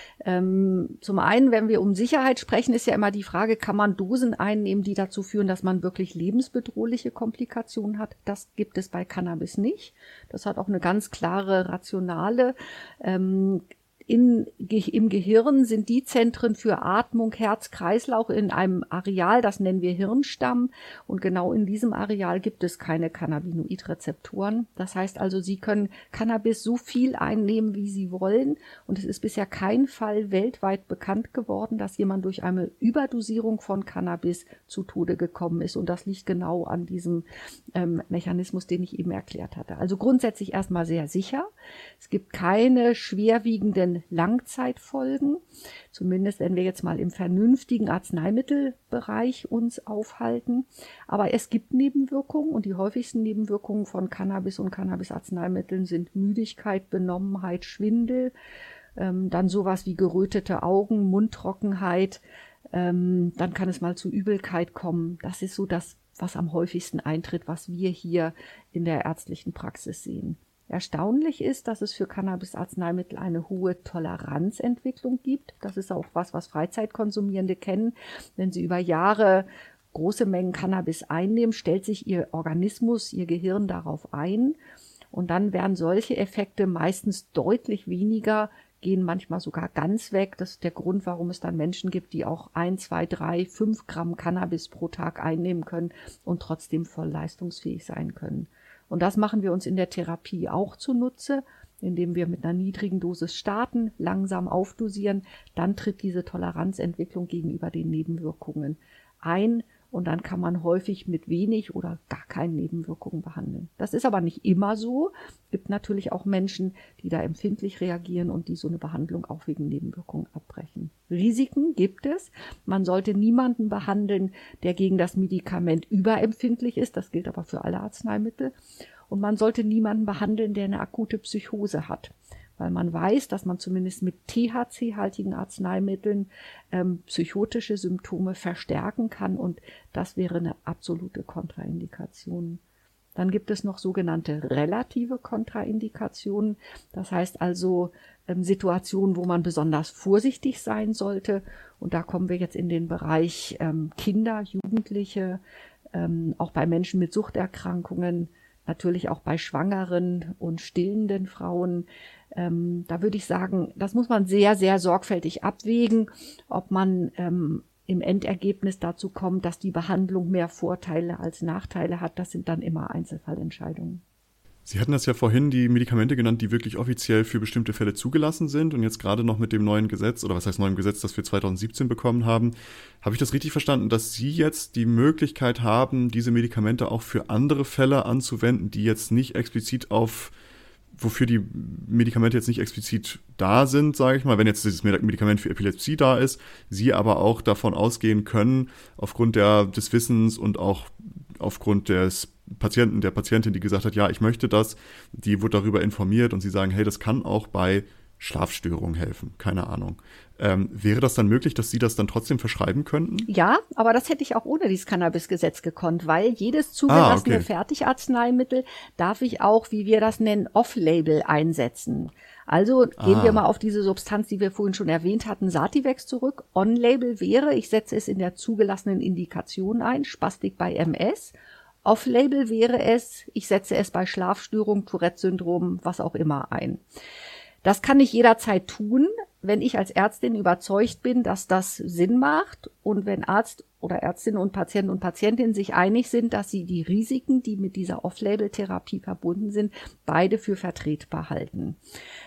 Ähm, zum einen, wenn wir um Sicherheit sprechen, ist ja immer die Frage, kann man Dosen einnehmen, die dazu führen, dass man wirklich lebensbedrohliche Komplikationen hat? Das gibt es bei Cannabis nicht. Das hat auch eine ganz klare rationale ähm, In, im Gehirn sind die Zentren für Atmung, Herz, Kreislauf in einem Areal, das nennen wir Hirnstamm. Und genau in diesem Areal gibt es keine Cannabinoidrezeptoren. Das heißt also, Sie können Cannabis so viel einnehmen, wie Sie wollen. Und es ist bisher kein Fall weltweit bekannt geworden, dass jemand durch eine Überdosierung von Cannabis zu Tode gekommen ist. Und das liegt genau an diesem ähm, Mechanismus, den ich eben erklärt hatte. Also grundsätzlich erstmal sehr sicher. Es gibt keine schwerwiegenden Langzeitfolgen, zumindest wenn wir jetzt mal im vernünftigen Arzneimittelbereich uns aufhalten. Aber es gibt Nebenwirkungen, und die häufigsten Nebenwirkungen von Cannabis und Cannabis-Arzneimitteln sind Müdigkeit, Benommenheit, Schwindel, ähm, dann sowas wie gerötete Augen, Mundtrockenheit, ähm, dann kann es mal zu Übelkeit kommen. Das ist so das, was am häufigsten eintritt, was wir hier in der ärztlichen Praxis sehen. Erstaunlich ist, dass es für Cannabis-Arzneimittel eine hohe Toleranzentwicklung gibt. Das ist auch was, was Freizeitkonsumierende kennen. Wenn sie über Jahre große Mengen Cannabis einnehmen, stellt sich ihr Organismus, ihr Gehirn darauf ein. Und dann werden solche Effekte meistens deutlich weniger, gehen manchmal sogar ganz weg. Das ist der Grund, warum es dann Menschen gibt, die auch ein, zwei, drei, fünf Gramm Cannabis pro Tag einnehmen können und trotzdem voll leistungsfähig sein können. Und das machen wir uns in der Therapie auch zunutze, indem wir mit einer niedrigen Dosis starten, langsam aufdosieren. Dann tritt diese Toleranzentwicklung gegenüber den Nebenwirkungen ein, und dann kann man häufig mit wenig oder gar keinen Nebenwirkungen behandeln. Das ist aber nicht immer so. Es gibt natürlich auch Menschen, die da empfindlich reagieren und die so eine Behandlung auch wegen Nebenwirkungen abbrechen. Risiken gibt es. Man sollte niemanden behandeln, der gegen das Medikament überempfindlich ist. Das gilt aber für alle Arzneimittel. Und man sollte niemanden behandeln, der eine akute Psychose hat, weil man weiß, dass man zumindest mit T H C-haltigen Arzneimitteln ähm, psychotische Symptome verstärken kann, und das wäre eine absolute Kontraindikation. Dann gibt es noch sogenannte relative Kontraindikationen, das heißt also ähm, Situationen, wo man besonders vorsichtig sein sollte, und da kommen wir jetzt in den Bereich ähm, Kinder, Jugendliche, ähm, auch bei Menschen mit Suchterkrankungen, natürlich auch bei schwangeren und stillenden Frauen. Ähm, da würde ich sagen, das muss man sehr, sehr sorgfältig abwägen, ob man ähm, im Endergebnis dazu kommt, dass die Behandlung mehr Vorteile als Nachteile hat. Das sind dann immer Einzelfallentscheidungen. Sie hatten das ja vorhin die Medikamente genannt, die wirklich offiziell für bestimmte Fälle zugelassen sind, und jetzt gerade noch mit dem neuen Gesetz, oder was heißt neuem Gesetz, das wir zweitausendsiebzehn bekommen haben, habe ich das richtig verstanden, dass Sie jetzt die Möglichkeit haben, diese Medikamente auch für andere Fälle anzuwenden, die jetzt nicht explizit auf wofür die Medikamente jetzt nicht explizit da sind, sage ich mal, wenn jetzt dieses Medikament für Epilepsie da ist, sie aber auch davon ausgehen können, aufgrund der, des Wissens und auch aufgrund des Patienten, der Patientin, die gesagt hat, ja, ich möchte das, die wurde darüber informiert und sie sagen, hey, das kann auch bei Schlafstörungen helfen, keine Ahnung. Ähm, wäre das dann möglich, dass Sie das dann trotzdem verschreiben könnten? Ja, aber das hätte ich auch ohne dieses Cannabis-Gesetz gekonnt, weil jedes zugelassene ah, okay. Fertigarzneimittel darf ich auch, wie wir das nennen, off-label einsetzen. Also gehen ah. wir mal auf diese Substanz, die wir vorhin schon erwähnt hatten, Sativex zurück. On-label wäre, ich setze es in der zugelassenen Indikation ein, Spastik bei M S. Off-label wäre es, ich setze es bei Schlafstörung, Tourette-Syndrom, was auch immer ein. Das kann ich jederzeit tun, wenn ich als Ärztin überzeugt bin, dass das Sinn macht und wenn Arzt oder Ärztin und Patienten und Patientinnen sich einig sind, dass sie die Risiken, die mit dieser Off-Label-Therapie verbunden sind, beide für vertretbar halten.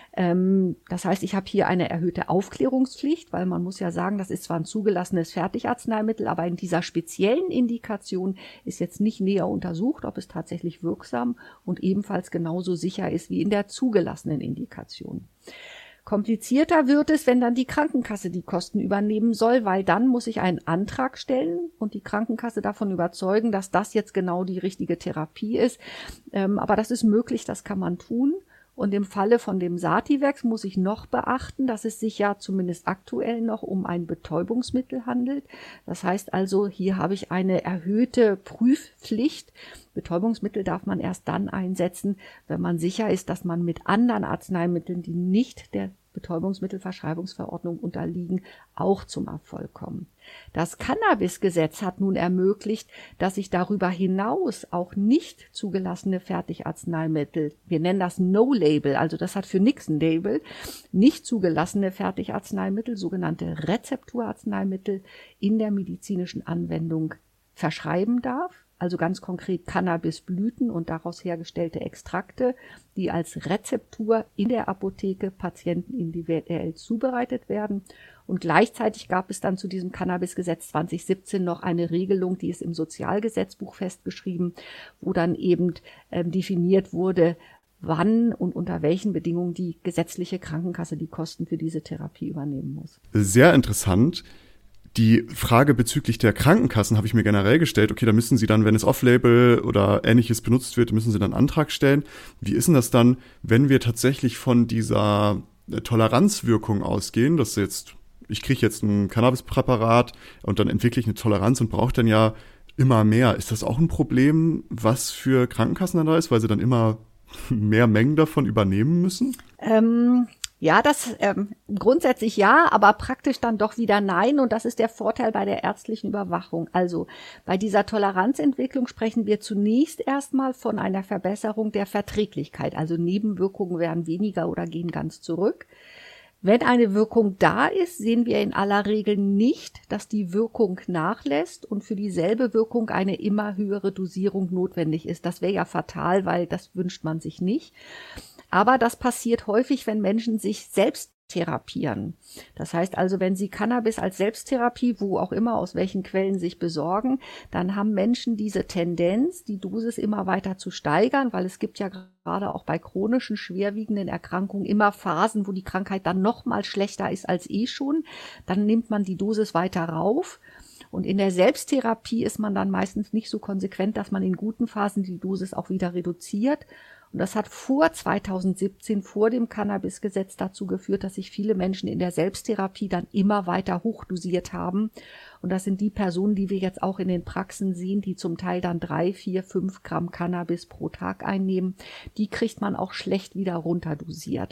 Ähm, das heißt, ich habe hier eine erhöhte Aufklärungspflicht, weil man muss ja sagen, das ist zwar ein zugelassenes Fertigarzneimittel, aber in dieser speziellen Indikation ist jetzt nicht näher untersucht, ob es tatsächlich wirksam und ebenfalls genauso sicher ist wie in der zugelassenen Indikation. Komplizierter wird es, wenn dann die Krankenkasse die Kosten übernehmen soll, weil dann muss ich einen Antrag stellen und die Krankenkasse davon überzeugen, dass das jetzt genau die richtige Therapie ist. Ähm, aber das ist möglich, das kann man tun. Und im Falle von dem Sativex muss ich noch beachten, dass es sich ja zumindest aktuell noch um ein Betäubungsmittel handelt. Das heißt also, hier habe ich eine erhöhte Prüfpflicht. Betäubungsmittel darf man erst dann einsetzen, wenn man sicher ist, dass man mit anderen Arzneimitteln, die nicht der Betäubungsmittelverschreibungsverordnung unterliegen, auch zum Erfolg kommen. Das Cannabis-Gesetz hat nun ermöglicht, dass ich darüber hinaus auch nicht zugelassene Fertigarzneimittel, wir nennen das No-Label, also das hat für nix ein Label, nicht zugelassene Fertigarzneimittel, sogenannte Rezepturarzneimittel in der medizinischen Anwendung verschreiben darf. Also ganz konkret Cannabisblüten und daraus hergestellte Extrakte, die als Rezeptur in der Apotheke Patienten individuell zubereitet werden. Und gleichzeitig gab es dann zu diesem Cannabisgesetz zwanzig siebzehn noch eine Regelung, die ist im Sozialgesetzbuch festgeschrieben, wo dann eben äh, definiert wurde, wann und unter welchen Bedingungen die gesetzliche Krankenkasse die Kosten für diese Therapie übernehmen muss. Sehr interessant. Die Frage bezüglich der Krankenkassen habe ich mir generell gestellt. Okay, da müssen Sie dann, wenn es Off-Label oder Ähnliches benutzt wird, müssen Sie dann einen Antrag stellen. Wie ist denn das dann, wenn wir tatsächlich von dieser Toleranzwirkung ausgehen, dass jetzt, ich kriege jetzt ein Cannabispräparat und dann entwickle ich eine Toleranz und brauche dann ja immer mehr. Ist das auch ein Problem, was für Krankenkassen dann da ist, weil sie dann immer mehr Mengen davon übernehmen müssen? Ähm Ja, das ähm, grundsätzlich ja, aber praktisch dann doch wieder nein. Und das ist der Vorteil bei der ärztlichen Überwachung. Also bei dieser Toleranzentwicklung sprechen wir zunächst erstmal von einer Verbesserung der Verträglichkeit. Also Nebenwirkungen werden weniger oder gehen ganz zurück. Wenn eine Wirkung da ist, sehen wir in aller Regel nicht, dass die Wirkung nachlässt und für dieselbe Wirkung eine immer höhere Dosierung notwendig ist. Das wäre ja fatal, weil das wünscht man sich nicht. Aber das passiert häufig, wenn Menschen sich selbst therapieren. Das heißt also, wenn sie Cannabis als Selbsttherapie, wo auch immer, aus welchen Quellen sich besorgen, dann haben Menschen diese Tendenz, die Dosis immer weiter zu steigern, weil es gibt ja gerade auch bei chronischen, schwerwiegenden Erkrankungen immer Phasen, wo die Krankheit dann noch mal schlechter ist als eh schon. Dann nimmt man die Dosis weiter rauf. Und in der Selbsttherapie ist man dann meistens nicht so konsequent, dass man in guten Phasen die Dosis auch wieder reduziert. Und das hat vor zweitausendsiebzehn, vor dem Cannabisgesetz dazu geführt, dass sich viele Menschen in der Selbsttherapie dann immer weiter hochdosiert haben. Und das sind die Personen, die wir jetzt auch in den Praxen sehen, die zum Teil dann drei, vier, fünf Gramm Cannabis pro Tag einnehmen. Die kriegt man auch schlecht wieder runterdosiert.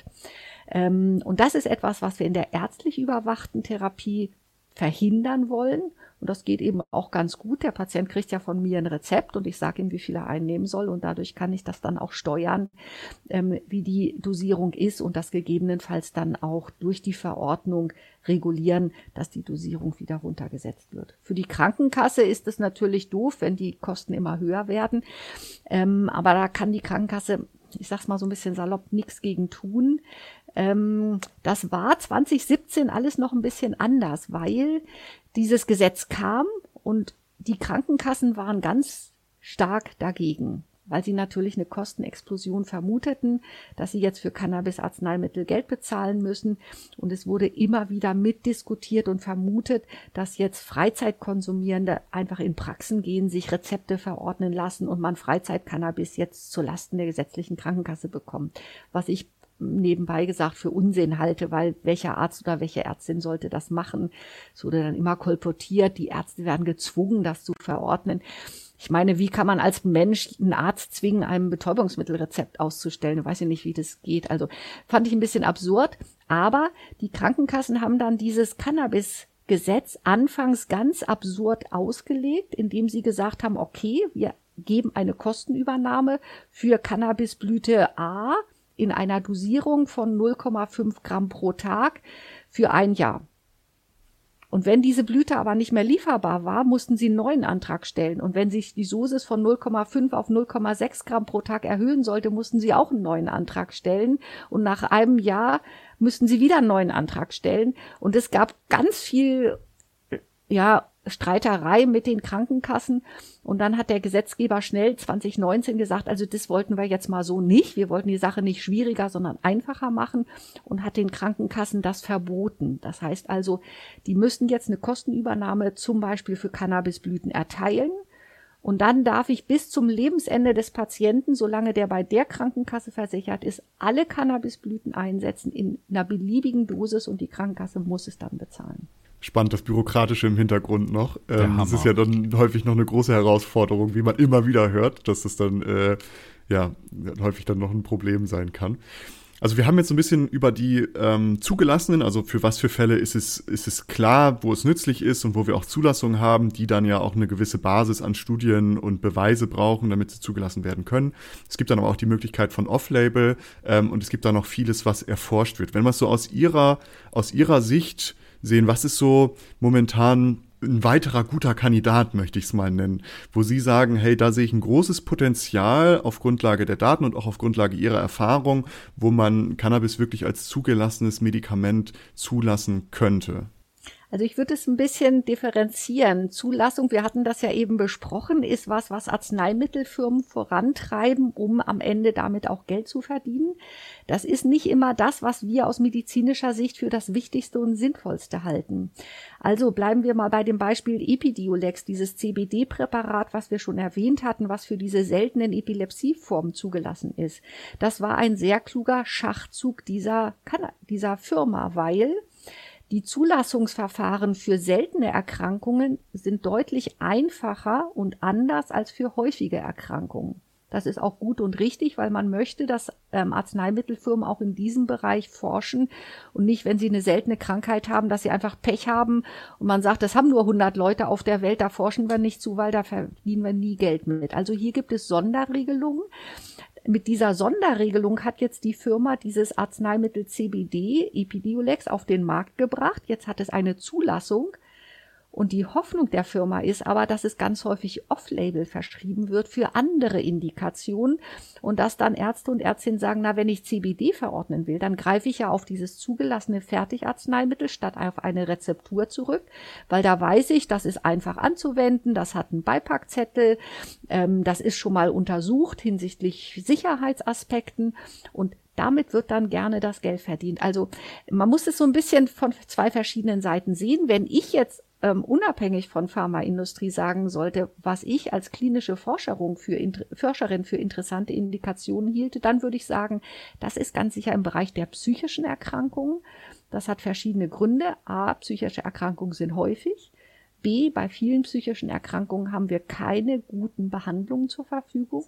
Und das ist etwas, was wir in der ärztlich überwachten Therapie verhindern wollen. Und das geht eben auch ganz gut. Der Patient kriegt ja von mir ein Rezept und ich sage ihm, wie viel er einnehmen soll. Und dadurch kann ich das dann auch steuern, ähm, wie die Dosierung ist und das gegebenenfalls dann auch durch die Verordnung regulieren, dass die Dosierung wieder runtergesetzt wird. Für die Krankenkasse ist es natürlich doof, wenn die Kosten immer höher werden. Ähm, aber da kann die Krankenkasse, ich sag's mal so ein bisschen salopp, nichts gegen tun. Ähm, das war zwanzig siebzehn alles noch ein bisschen anders, weil dieses Gesetz kam und die Krankenkassen waren ganz stark dagegen. weil sie natürlich eine Kostenexplosion vermuteten, dass sie jetzt für Cannabis-Arzneimittel Geld bezahlen müssen. Und es wurde immer wieder mitdiskutiert und vermutet, dass jetzt Freizeitkonsumierende einfach in Praxen gehen, sich Rezepte verordnen lassen und man Freizeit-Cannabis jetzt zulasten der gesetzlichen Krankenkasse bekommt. Was ich nebenbei gesagt für Unsinn halte, weil welcher Arzt oder welche Ärztin sollte das machen? Es wurde dann immer kolportiert, die Ärzte werden gezwungen, das zu verordnen. Ich meine, wie kann man als Mensch einen Arzt zwingen, einem Betäubungsmittelrezept auszustellen? Ich weiß ja nicht, wie das geht. Also fand ich ein bisschen absurd. Aber die Krankenkassen haben dann dieses Cannabis-Gesetz anfangs ganz absurd ausgelegt, indem sie gesagt haben, okay, wir geben eine Kostenübernahme für Cannabisblüte A in einer Dosierung von null Komma fünf Gramm pro Tag für ein Jahr. Und wenn diese Blüte aber nicht mehr lieferbar war, mussten sie einen neuen Antrag stellen. Und wenn sich die Dosis von null Komma fünf auf null Komma sechs Gramm pro Tag erhöhen sollte, mussten sie auch einen neuen Antrag stellen. Und nach einem Jahr müssten sie wieder einen neuen Antrag stellen. Und es gab ganz viel, ja, Streiterei mit den Krankenkassen. Und dann hat der Gesetzgeber schnell zwanzig neunzehn gesagt, also das wollten wir jetzt mal so nicht. Wir wollten die Sache nicht schwieriger, sondern einfacher machen und hat den Krankenkassen das verboten. Das heißt also, die müssen jetzt eine Kostenübernahme zum Beispiel für Cannabisblüten erteilen. Und dann darf ich bis zum Lebensende des Patienten, solange der bei der Krankenkasse versichert ist, alle Cannabisblüten einsetzen in einer beliebigen Dosis und die Krankenkasse muss es dann bezahlen. Spannend, das Bürokratische im Hintergrund noch. Ähm, das ist ja dann häufig noch eine große Herausforderung, wie man immer wieder hört, dass das dann äh, ja häufig dann noch ein Problem sein kann. Also wir haben jetzt so ein bisschen über die ähm, zugelassenen, also für was für Fälle ist es ist es klar, wo es nützlich ist und wo wir auch Zulassungen haben, die dann ja auch eine gewisse Basis an Studien und Beweise brauchen, damit sie zugelassen werden können. Es gibt dann aber auch die Möglichkeit von Off-Label ähm, und es gibt da noch vieles, was erforscht wird. Wenn man es so aus ihrer aus ihrer Sicht sehen, was ist so momentan ein weiterer guter Kandidat, möchte ich es mal nennen, wo Sie sagen, hey, da sehe ich ein großes Potenzial auf Grundlage der Daten und auch auf Grundlage Ihrer Erfahrung, wo man Cannabis wirklich als zugelassenes Medikament zulassen könnte? Also ich würde es ein bisschen differenzieren. Zulassung, wir hatten das ja eben besprochen, ist was, was Arzneimittelfirmen vorantreiben, um am Ende damit auch Geld zu verdienen. Das ist nicht immer das, was wir aus medizinischer Sicht für das Wichtigste und Sinnvollste halten. Also bleiben wir mal bei dem Beispiel Epidiolex, dieses C B D-Präparat, was wir schon erwähnt hatten, was für diese seltenen Epilepsieformen zugelassen ist. Das war ein sehr kluger Schachzug dieser, dieser Firma, weil die Zulassungsverfahren für seltene Erkrankungen sind deutlich einfacher und anders als für häufige Erkrankungen. Das ist auch gut und richtig, weil man möchte, dass ähm, Arzneimittelfirmen auch in diesem Bereich forschen und nicht, wenn sie eine seltene Krankheit haben, dass sie einfach Pech haben und man sagt, das haben nur hundert Leute auf der Welt, da forschen wir nicht zu, weil da verdienen wir nie Geld mit. Also hier gibt es Sonderregelungen. Mit dieser Sonderregelung hat jetzt die Firma dieses Arzneimittel C B D, Epidiolex, auf den Markt gebracht. Jetzt hat es eine Zulassung. Und die Hoffnung der Firma ist aber, dass es ganz häufig Off-Label verschrieben wird für andere Indikationen und dass dann Ärzte und Ärztinnen sagen, na, wenn ich C B D verordnen will, dann greife ich ja auf dieses zugelassene Fertigarzneimittel statt auf eine Rezeptur zurück, weil da weiß ich, das ist einfach anzuwenden, das hat einen Beipackzettel, ähm, das ist schon mal untersucht hinsichtlich Sicherheitsaspekten und damit wird dann gerne das Geld verdient. Also man muss es so ein bisschen von zwei verschiedenen Seiten sehen. Wenn ich jetzt ähm, unabhängig von Pharmaindustrie sagen sollte, was ich als klinische Forscherin für, Forscherin für interessante Indikationen hielte, dann würde ich sagen, das ist ganz sicher im Bereich der psychischen Erkrankungen. Das hat verschiedene Gründe. A, psychische Erkrankungen sind häufig. B, bei vielen psychischen Erkrankungen haben wir keine guten Behandlungen zur Verfügung.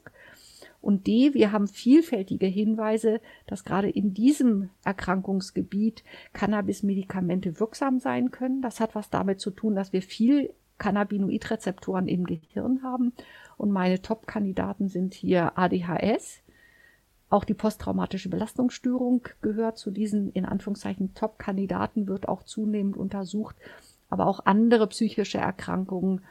Und D, wir haben vielfältige Hinweise, dass gerade in diesem Erkrankungsgebiet Cannabis-Medikamente wirksam sein können. Das hat was damit zu tun, dass wir viel Cannabinoidrezeptoren im Gehirn haben. Und meine Top-Kandidaten sind hier A D H S. Auch die posttraumatische Belastungsstörung gehört zu diesen, in Anführungszeichen, Top-Kandidaten, wird auch zunehmend untersucht. Aber auch andere psychische Erkrankungen.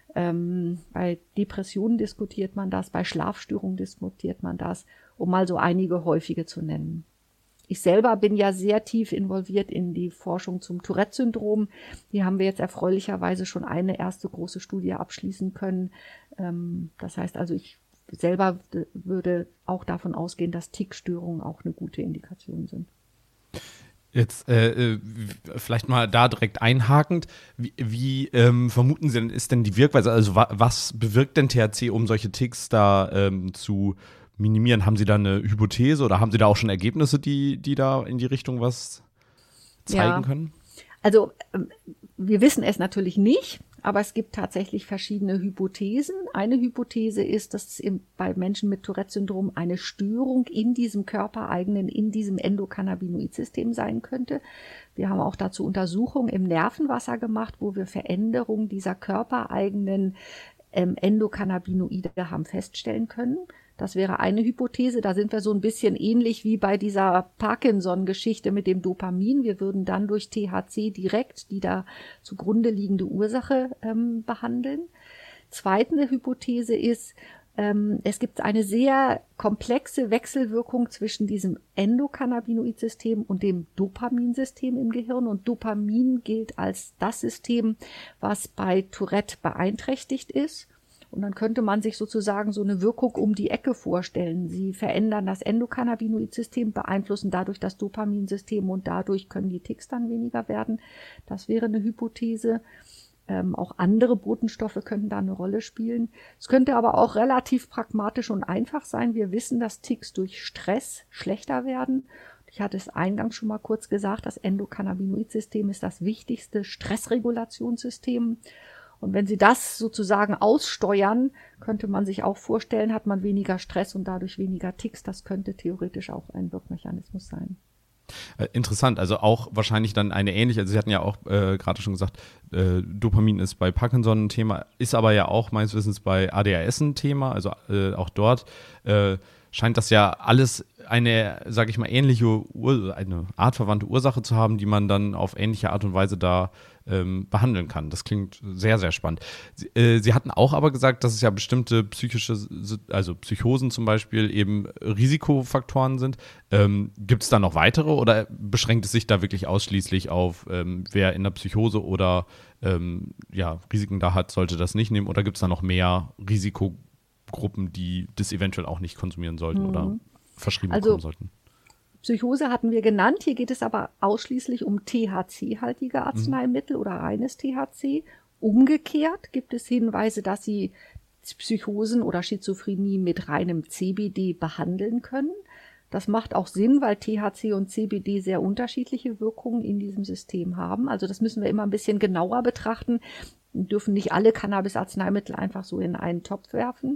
Ähm, bei Depressionen diskutiert man das, bei Schlafstörungen diskutiert man das, um mal so einige häufige zu nennen. Ich selber bin ja sehr tief involviert in die Forschung zum Tourette-Syndrom. Hier haben wir jetzt erfreulicherweise schon eine erste große Studie abschließen können. Ähm, das heißt also, ich selber würde auch davon ausgehen, dass Tickstörungen auch eine gute Indikation sind. Jetzt äh, vielleicht mal da direkt einhakend, wie, wie ähm, vermuten Sie denn, ist denn die Wirkweise, also wa- was bewirkt denn T H C, um solche Ticks da ähm, zu minimieren? Haben Sie da eine Hypothese oder haben Sie da auch schon Ergebnisse, die, die da in die Richtung was zeigen ja. können? Also wir wissen es natürlich nicht, aber es gibt tatsächlich verschiedene Hypothesen. Eine Hypothese ist, dass es bei Menschen mit Tourette-Syndrom eine Störung in diesem körpereigenen, in diesem Endokannabinoid-System sein könnte. Wir haben auch dazu Untersuchungen im Nervenwasser gemacht, wo wir Veränderungen dieser körpereigenen ähm, Endokannabinoide haben feststellen können. Das wäre eine Hypothese. Da sind wir so ein bisschen ähnlich wie bei dieser Parkinson-Geschichte mit dem Dopamin. Wir würden dann durch T H C direkt die da zugrunde liegende Ursache ähm, behandeln. Zweite Hypothese ist, ähm, es gibt eine sehr komplexe Wechselwirkung zwischen diesem Endokannabinoid-System und dem Dopaminsystem im Gehirn. Und Dopamin gilt als das System, was bei Tourette beeinträchtigt ist. Und dann könnte man sich sozusagen so eine Wirkung um die Ecke vorstellen. Sie verändern das Endokannabinoid-System, beeinflussen dadurch das Dopaminsystem und dadurch können die Ticks dann weniger werden. Das wäre eine Hypothese. Ähm, auch andere Botenstoffe könnten da eine Rolle spielen. Es könnte aber auch relativ pragmatisch und einfach sein. Wir wissen, dass Ticks durch Stress schlechter werden. Ich hatte es eingangs schon mal kurz gesagt, das Endokannabinoid-System ist das wichtigste Stressregulationssystem. Und wenn Sie das sozusagen aussteuern, könnte man sich auch vorstellen, hat man weniger Stress und dadurch weniger Ticks. Das könnte theoretisch auch ein Wirkmechanismus sein. Äh, interessant, also auch wahrscheinlich dann eine ähnliche, also Sie hatten ja auch äh, gerade schon gesagt, äh, Dopamin ist bei Parkinson ein Thema, ist aber ja auch meines Wissens bei A D H S ein Thema, also äh, auch dort äh, scheint das ja alles eine, sage ich mal, ähnliche, Ur- eine artverwandte Ursache zu haben, die man dann auf ähnliche Art und Weise da ähm, behandeln kann. Das klingt sehr, sehr spannend. Sie, äh, Sie hatten auch aber gesagt, dass es ja bestimmte psychische, also Psychosen zum Beispiel eben Risikofaktoren sind. Ähm, gibt es da noch weitere oder beschränkt es sich da wirklich ausschließlich auf, ähm, wer in der Psychose oder ähm, ja, Risiken da hat, sollte das nicht nehmen oder gibt es da noch mehr Risikogruppen, die das eventuell auch nicht konsumieren sollten mhm. oder verschrieben also, bekommen sollten? Psychose hatten wir genannt. Hier geht es aber ausschließlich um T H C-haltige Arzneimittel mhm. oder reines T H C. Umgekehrt gibt es Hinweise, dass Sie Psychosen oder Schizophrenie mit reinem C B D behandeln können. Das macht auch Sinn, weil T H C und C B D sehr unterschiedliche Wirkungen in diesem System haben. Also das müssen wir immer ein bisschen genauer betrachten. Wir dürfen nicht alle Cannabis-Arzneimittel einfach so in einen Topf werfen.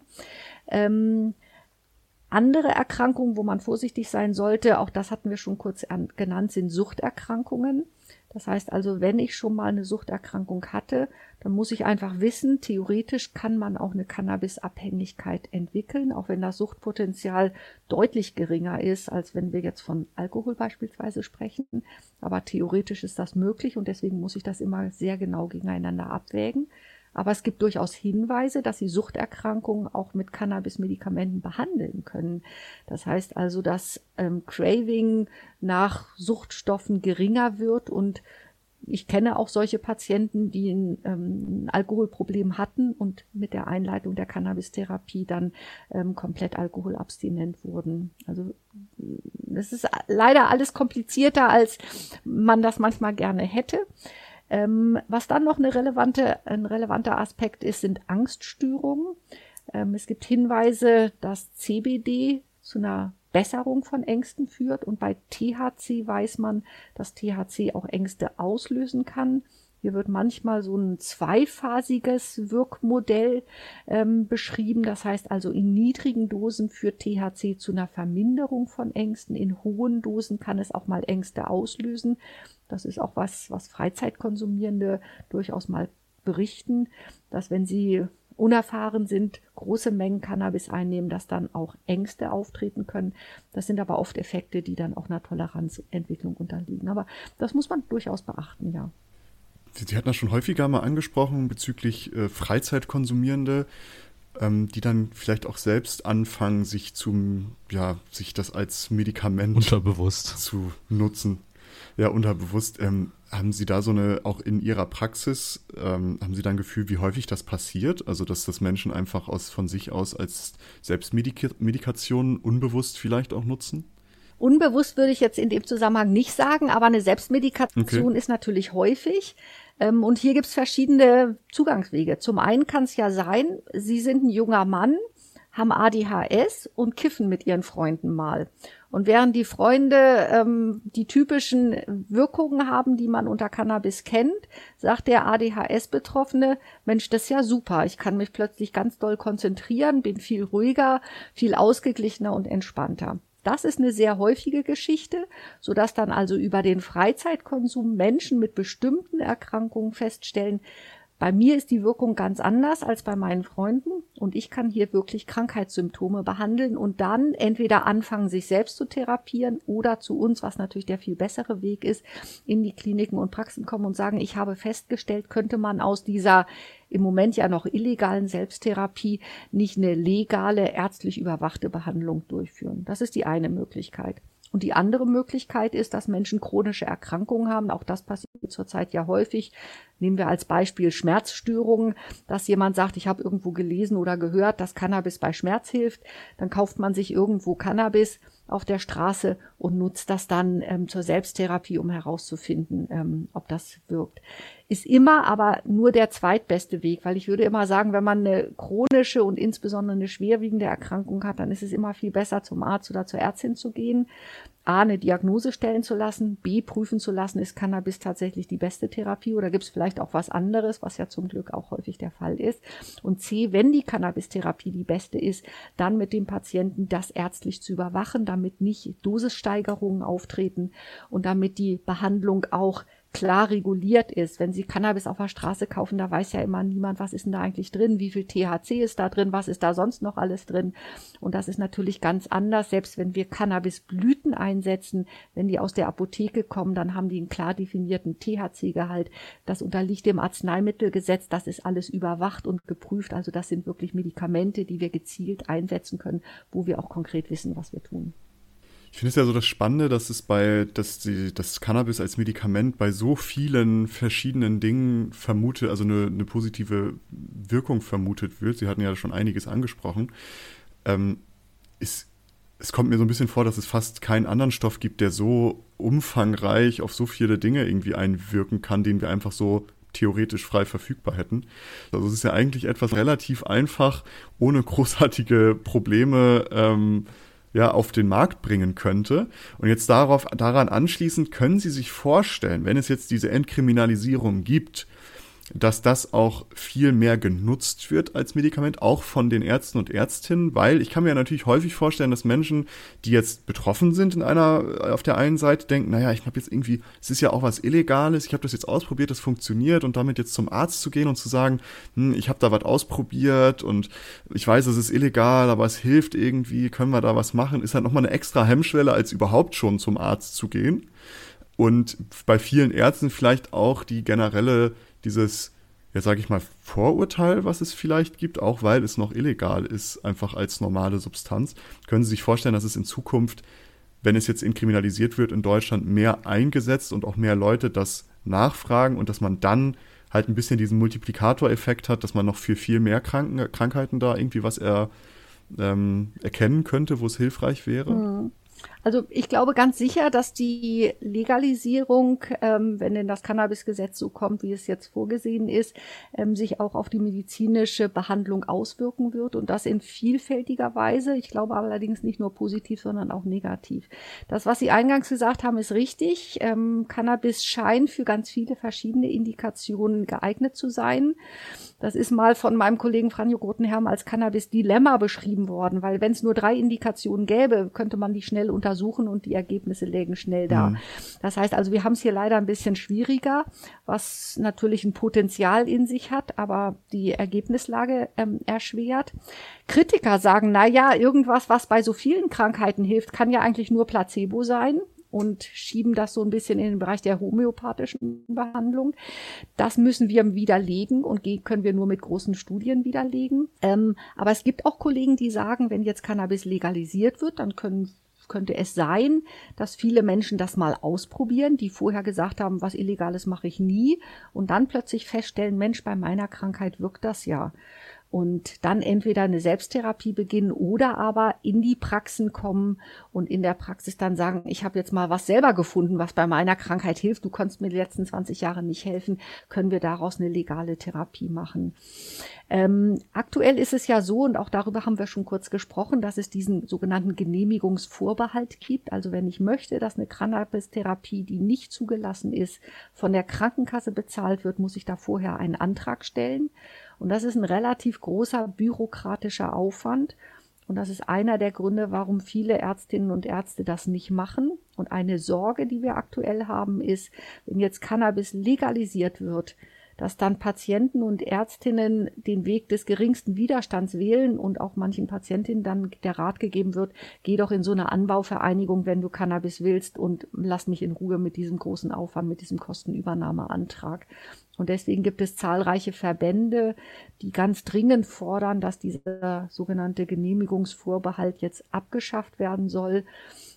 Ähm, Andere Erkrankungen, wo man vorsichtig sein sollte, auch das hatten wir schon kurz an, genannt, sind Suchterkrankungen. Das heißt also, wenn ich schon mal eine Suchterkrankung hatte, dann muss ich einfach wissen, theoretisch kann man auch eine Cannabisabhängigkeit entwickeln, auch wenn das Suchtpotenzial deutlich geringer ist, als wenn wir jetzt von Alkohol beispielsweise sprechen. Aber theoretisch ist das möglich und deswegen muss ich das immer sehr genau gegeneinander abwägen. Aber es gibt durchaus Hinweise, dass Sie Suchterkrankungen auch mit Cannabis-Medikamenten behandeln können. Das heißt also, dass ähm, Craving nach Suchtstoffen geringer wird. Und ich kenne auch solche Patienten, die ein, ähm, ein Alkoholproblem hatten und mit der Einleitung der Cannabis-Therapie dann ähm, komplett alkoholabstinent wurden. Also das ist leider alles komplizierter, als man das manchmal gerne hätte. Ähm, was dann noch eine relevante, ein relevanter Aspekt ist, sind Angststörungen. Ähm, es gibt Hinweise, dass C B D zu einer Besserung von Ängsten führt und bei T H C weiß man, dass T H C auch Ängste auslösen kann. Hier wird manchmal so ein zweiphasiges Wirkmodell ähm, beschrieben. Das heißt also, in niedrigen Dosen führt T H C zu einer Verminderung von Ängsten. In hohen Dosen kann es auch mal Ängste auslösen. Das ist auch was, was Freizeitkonsumierende durchaus mal berichten, dass wenn sie unerfahren sind, große Mengen Cannabis einnehmen, dass dann auch Ängste auftreten können. Das sind aber oft Effekte, die dann auch einer Toleranzentwicklung unterliegen. Aber das muss man durchaus beachten, ja. Sie hatten das schon häufiger mal angesprochen bezüglich äh, Freizeitkonsumierende, ähm, die dann vielleicht auch selbst anfangen, sich zum, ja, sich das als Medikament unterbewusst zu nutzen. Ja, unterbewusst. Ähm, haben Sie da so eine, auch in Ihrer Praxis, ähm, haben Sie da ein Gefühl, wie häufig das passiert? Also, dass das Menschen einfach aus von sich aus als Selbstmedikation unbewusst vielleicht auch nutzen? Unbewusst würde ich jetzt in dem Zusammenhang nicht sagen, aber eine Selbstmedikation Okay. ist natürlich häufig. Ähm, und hier gibt es verschiedene Zugangswege. Zum einen kann es ja sein, Sie sind ein junger Mann, haben A D H S und kiffen mit Ihren Freunden mal. Und während die Freunde ähm, die typischen Wirkungen haben, die man unter Cannabis kennt, sagt der A D H S-Betroffene, Mensch, das ist ja super, ich kann mich plötzlich ganz doll konzentrieren, bin viel ruhiger, viel ausgeglichener und entspannter. Das ist eine sehr häufige Geschichte, sodass dann also über den Freizeitkonsum Menschen mit bestimmten Erkrankungen feststellen, bei mir ist die Wirkung ganz anders als bei meinen Freunden und ich kann hier wirklich Krankheitssymptome behandeln und dann entweder anfangen, sich selbst zu therapieren oder zu uns, was natürlich der viel bessere Weg ist, in die Kliniken und Praxen kommen und sagen, ich habe festgestellt, könnte man aus dieser im Moment ja noch illegalen Selbsttherapie nicht eine legale, ärztlich überwachte Behandlung durchführen. Das ist die eine Möglichkeit. Und die andere Möglichkeit ist, dass Menschen chronische Erkrankungen haben. Auch das passiert zurzeit ja häufig. Nehmen wir als Beispiel Schmerzstörungen, dass jemand sagt, ich habe irgendwo gelesen oder gehört, dass Cannabis bei Schmerz hilft. Dann kauft man sich irgendwo Cannabis auf der Straße und nutzt das dann ähm, zur Selbsttherapie, um herauszufinden, ähm, ob das wirkt. Ist immer aber nur der zweitbeste Weg, weil ich würde immer sagen, wenn man eine chronische und insbesondere eine schwerwiegende Erkrankung hat, dann ist es immer viel besser, zum Arzt oder zur Ärztin zu gehen. A, eine Diagnose stellen zu lassen, B, prüfen zu lassen, ist Cannabis tatsächlich die beste Therapie oder gibt es vielleicht auch was anderes, was ja zum Glück auch häufig der Fall ist. Und C, wenn die Cannabis-Therapie die beste ist, dann mit dem Patienten das ärztlich zu überwachen, damit nicht Dosissteigerungen auftreten und damit die Behandlung auch klar reguliert ist. Wenn Sie Cannabis auf der Straße kaufen, da weiß ja immer niemand, was ist denn da eigentlich drin, wie viel T H C ist da drin, was ist da sonst noch alles drin. Und das ist natürlich ganz anders, selbst wenn wir Cannabisblüten einsetzen, wenn die aus der Apotheke kommen, dann haben die einen klar definierten T H C-Gehalt. Das unterliegt dem Arzneimittelgesetz, das ist alles überwacht und geprüft. Also das sind wirklich Medikamente, die wir gezielt einsetzen können, wo wir auch konkret wissen, was wir tun. Ich finde es ja so das Spannende, dass es bei, dass die, das Cannabis als Medikament bei so vielen verschiedenen Dingen vermutet, also eine, eine positive Wirkung vermutet wird. Sie hatten ja schon einiges angesprochen. Ähm, ist, es kommt mir so ein bisschen vor, dass es fast keinen anderen Stoff gibt, der so umfangreich auf so viele Dinge irgendwie einwirken kann, den wir einfach so theoretisch frei verfügbar hätten. Also es ist ja eigentlich etwas relativ einfach, ohne großartige Probleme ähm, ja, auf den Markt bringen könnte. Und jetzt darauf, daran anschließend, können Sie sich vorstellen, wenn es jetzt diese Entkriminalisierung gibt, dass das auch viel mehr genutzt wird als Medikament, auch von den Ärzten und Ärztinnen, weil ich kann mir ja natürlich häufig vorstellen, dass Menschen, die jetzt betroffen sind in einer, auf der einen Seite denken, naja, ich habe jetzt irgendwie, es ist ja auch was Illegales, ich habe das jetzt ausprobiert, das funktioniert und damit jetzt zum Arzt zu gehen und zu sagen, hm, ich habe da was ausprobiert und ich weiß, es ist illegal, aber es hilft irgendwie, können wir da was machen, ist halt nochmal eine extra Hemmschwelle, als überhaupt schon zum Arzt zu gehen. Und bei vielen Ärzten vielleicht auch die generelle dieses, ja sage ich mal, Vorurteil, was es vielleicht gibt, auch weil es noch illegal ist, einfach als normale Substanz. Können Sie sich vorstellen, dass es in Zukunft, wenn es jetzt entkriminalisiert wird, in Deutschland mehr eingesetzt und auch mehr Leute das nachfragen und dass man dann halt ein bisschen diesen Multiplikatoreffekt hat, dass man noch für viel mehr Kranken, Krankheiten da irgendwie was er, ähm, erkennen könnte, wo es hilfreich wäre? Mhm. Also ich glaube ganz sicher, dass die Legalisierung, ähm, wenn denn das Cannabisgesetz so kommt, wie es jetzt vorgesehen ist, ähm, sich auch auf die medizinische Behandlung auswirken wird und das in vielfältiger Weise. Ich glaube allerdings nicht nur positiv, sondern auch negativ. Das, was Sie eingangs gesagt haben, ist richtig. Ähm, Cannabis scheint für ganz viele verschiedene Indikationen geeignet zu sein. Das ist mal von meinem Kollegen Franjo Grottenherm als Cannabis-Dilemma beschrieben worden, weil wenn es nur drei Indikationen gäbe, könnte man die schnell untersuchen und die Ergebnisse lägen schnell da. Mhm. Das heißt also, wir haben es hier leider ein bisschen schwieriger, was natürlich ein Potenzial in sich hat, aber die Ergebnislage ähm, erschwert. Kritiker sagen, na ja, irgendwas, was bei so vielen Krankheiten hilft, kann ja eigentlich nur Placebo sein. Und schieben das so ein bisschen in den Bereich der homöopathischen Behandlung. Das müssen wir widerlegen und können wir nur mit großen Studien widerlegen. Ähm, aber es gibt auch Kollegen, die sagen, wenn jetzt Cannabis legalisiert wird, dann können könnte es sein, dass viele Menschen das mal ausprobieren, die vorher gesagt haben, was Illegales mache ich nie und dann plötzlich feststellen, Mensch, bei meiner Krankheit wirkt das ja. Und dann entweder eine Selbsttherapie beginnen oder aber in die Praxen kommen und in der Praxis dann sagen, ich habe jetzt mal was selber gefunden, was bei meiner Krankheit hilft. Du konntest mir die letzten zwanzig Jahre nicht helfen. Können wir daraus eine legale Therapie machen? Ähm, aktuell ist es ja so, und auch darüber haben wir schon kurz gesprochen, dass es diesen sogenannten Genehmigungsvorbehalt gibt. Also wenn ich möchte, dass eine Cannabis-Therapie, die nicht zugelassen ist, von der Krankenkasse bezahlt wird, muss ich da vorher einen Antrag stellen. Und das ist ein relativ großer bürokratischer Aufwand. Und das ist einer der Gründe, warum viele Ärztinnen und Ärzte das nicht machen. Und eine Sorge, die wir aktuell haben, ist, wenn jetzt Cannabis legalisiert wird, dass dann Patienten und Ärztinnen den Weg des geringsten Widerstands wählen und auch manchen Patientinnen dann der Rat gegeben wird, geh doch in so eine Anbauvereinigung, wenn du Cannabis willst und lass mich in Ruhe mit diesem großen Aufwand, mit diesem Kostenübernahmeantrag. Und deswegen gibt es zahlreiche Verbände, die ganz dringend fordern, dass dieser sogenannte Genehmigungsvorbehalt jetzt abgeschafft werden soll,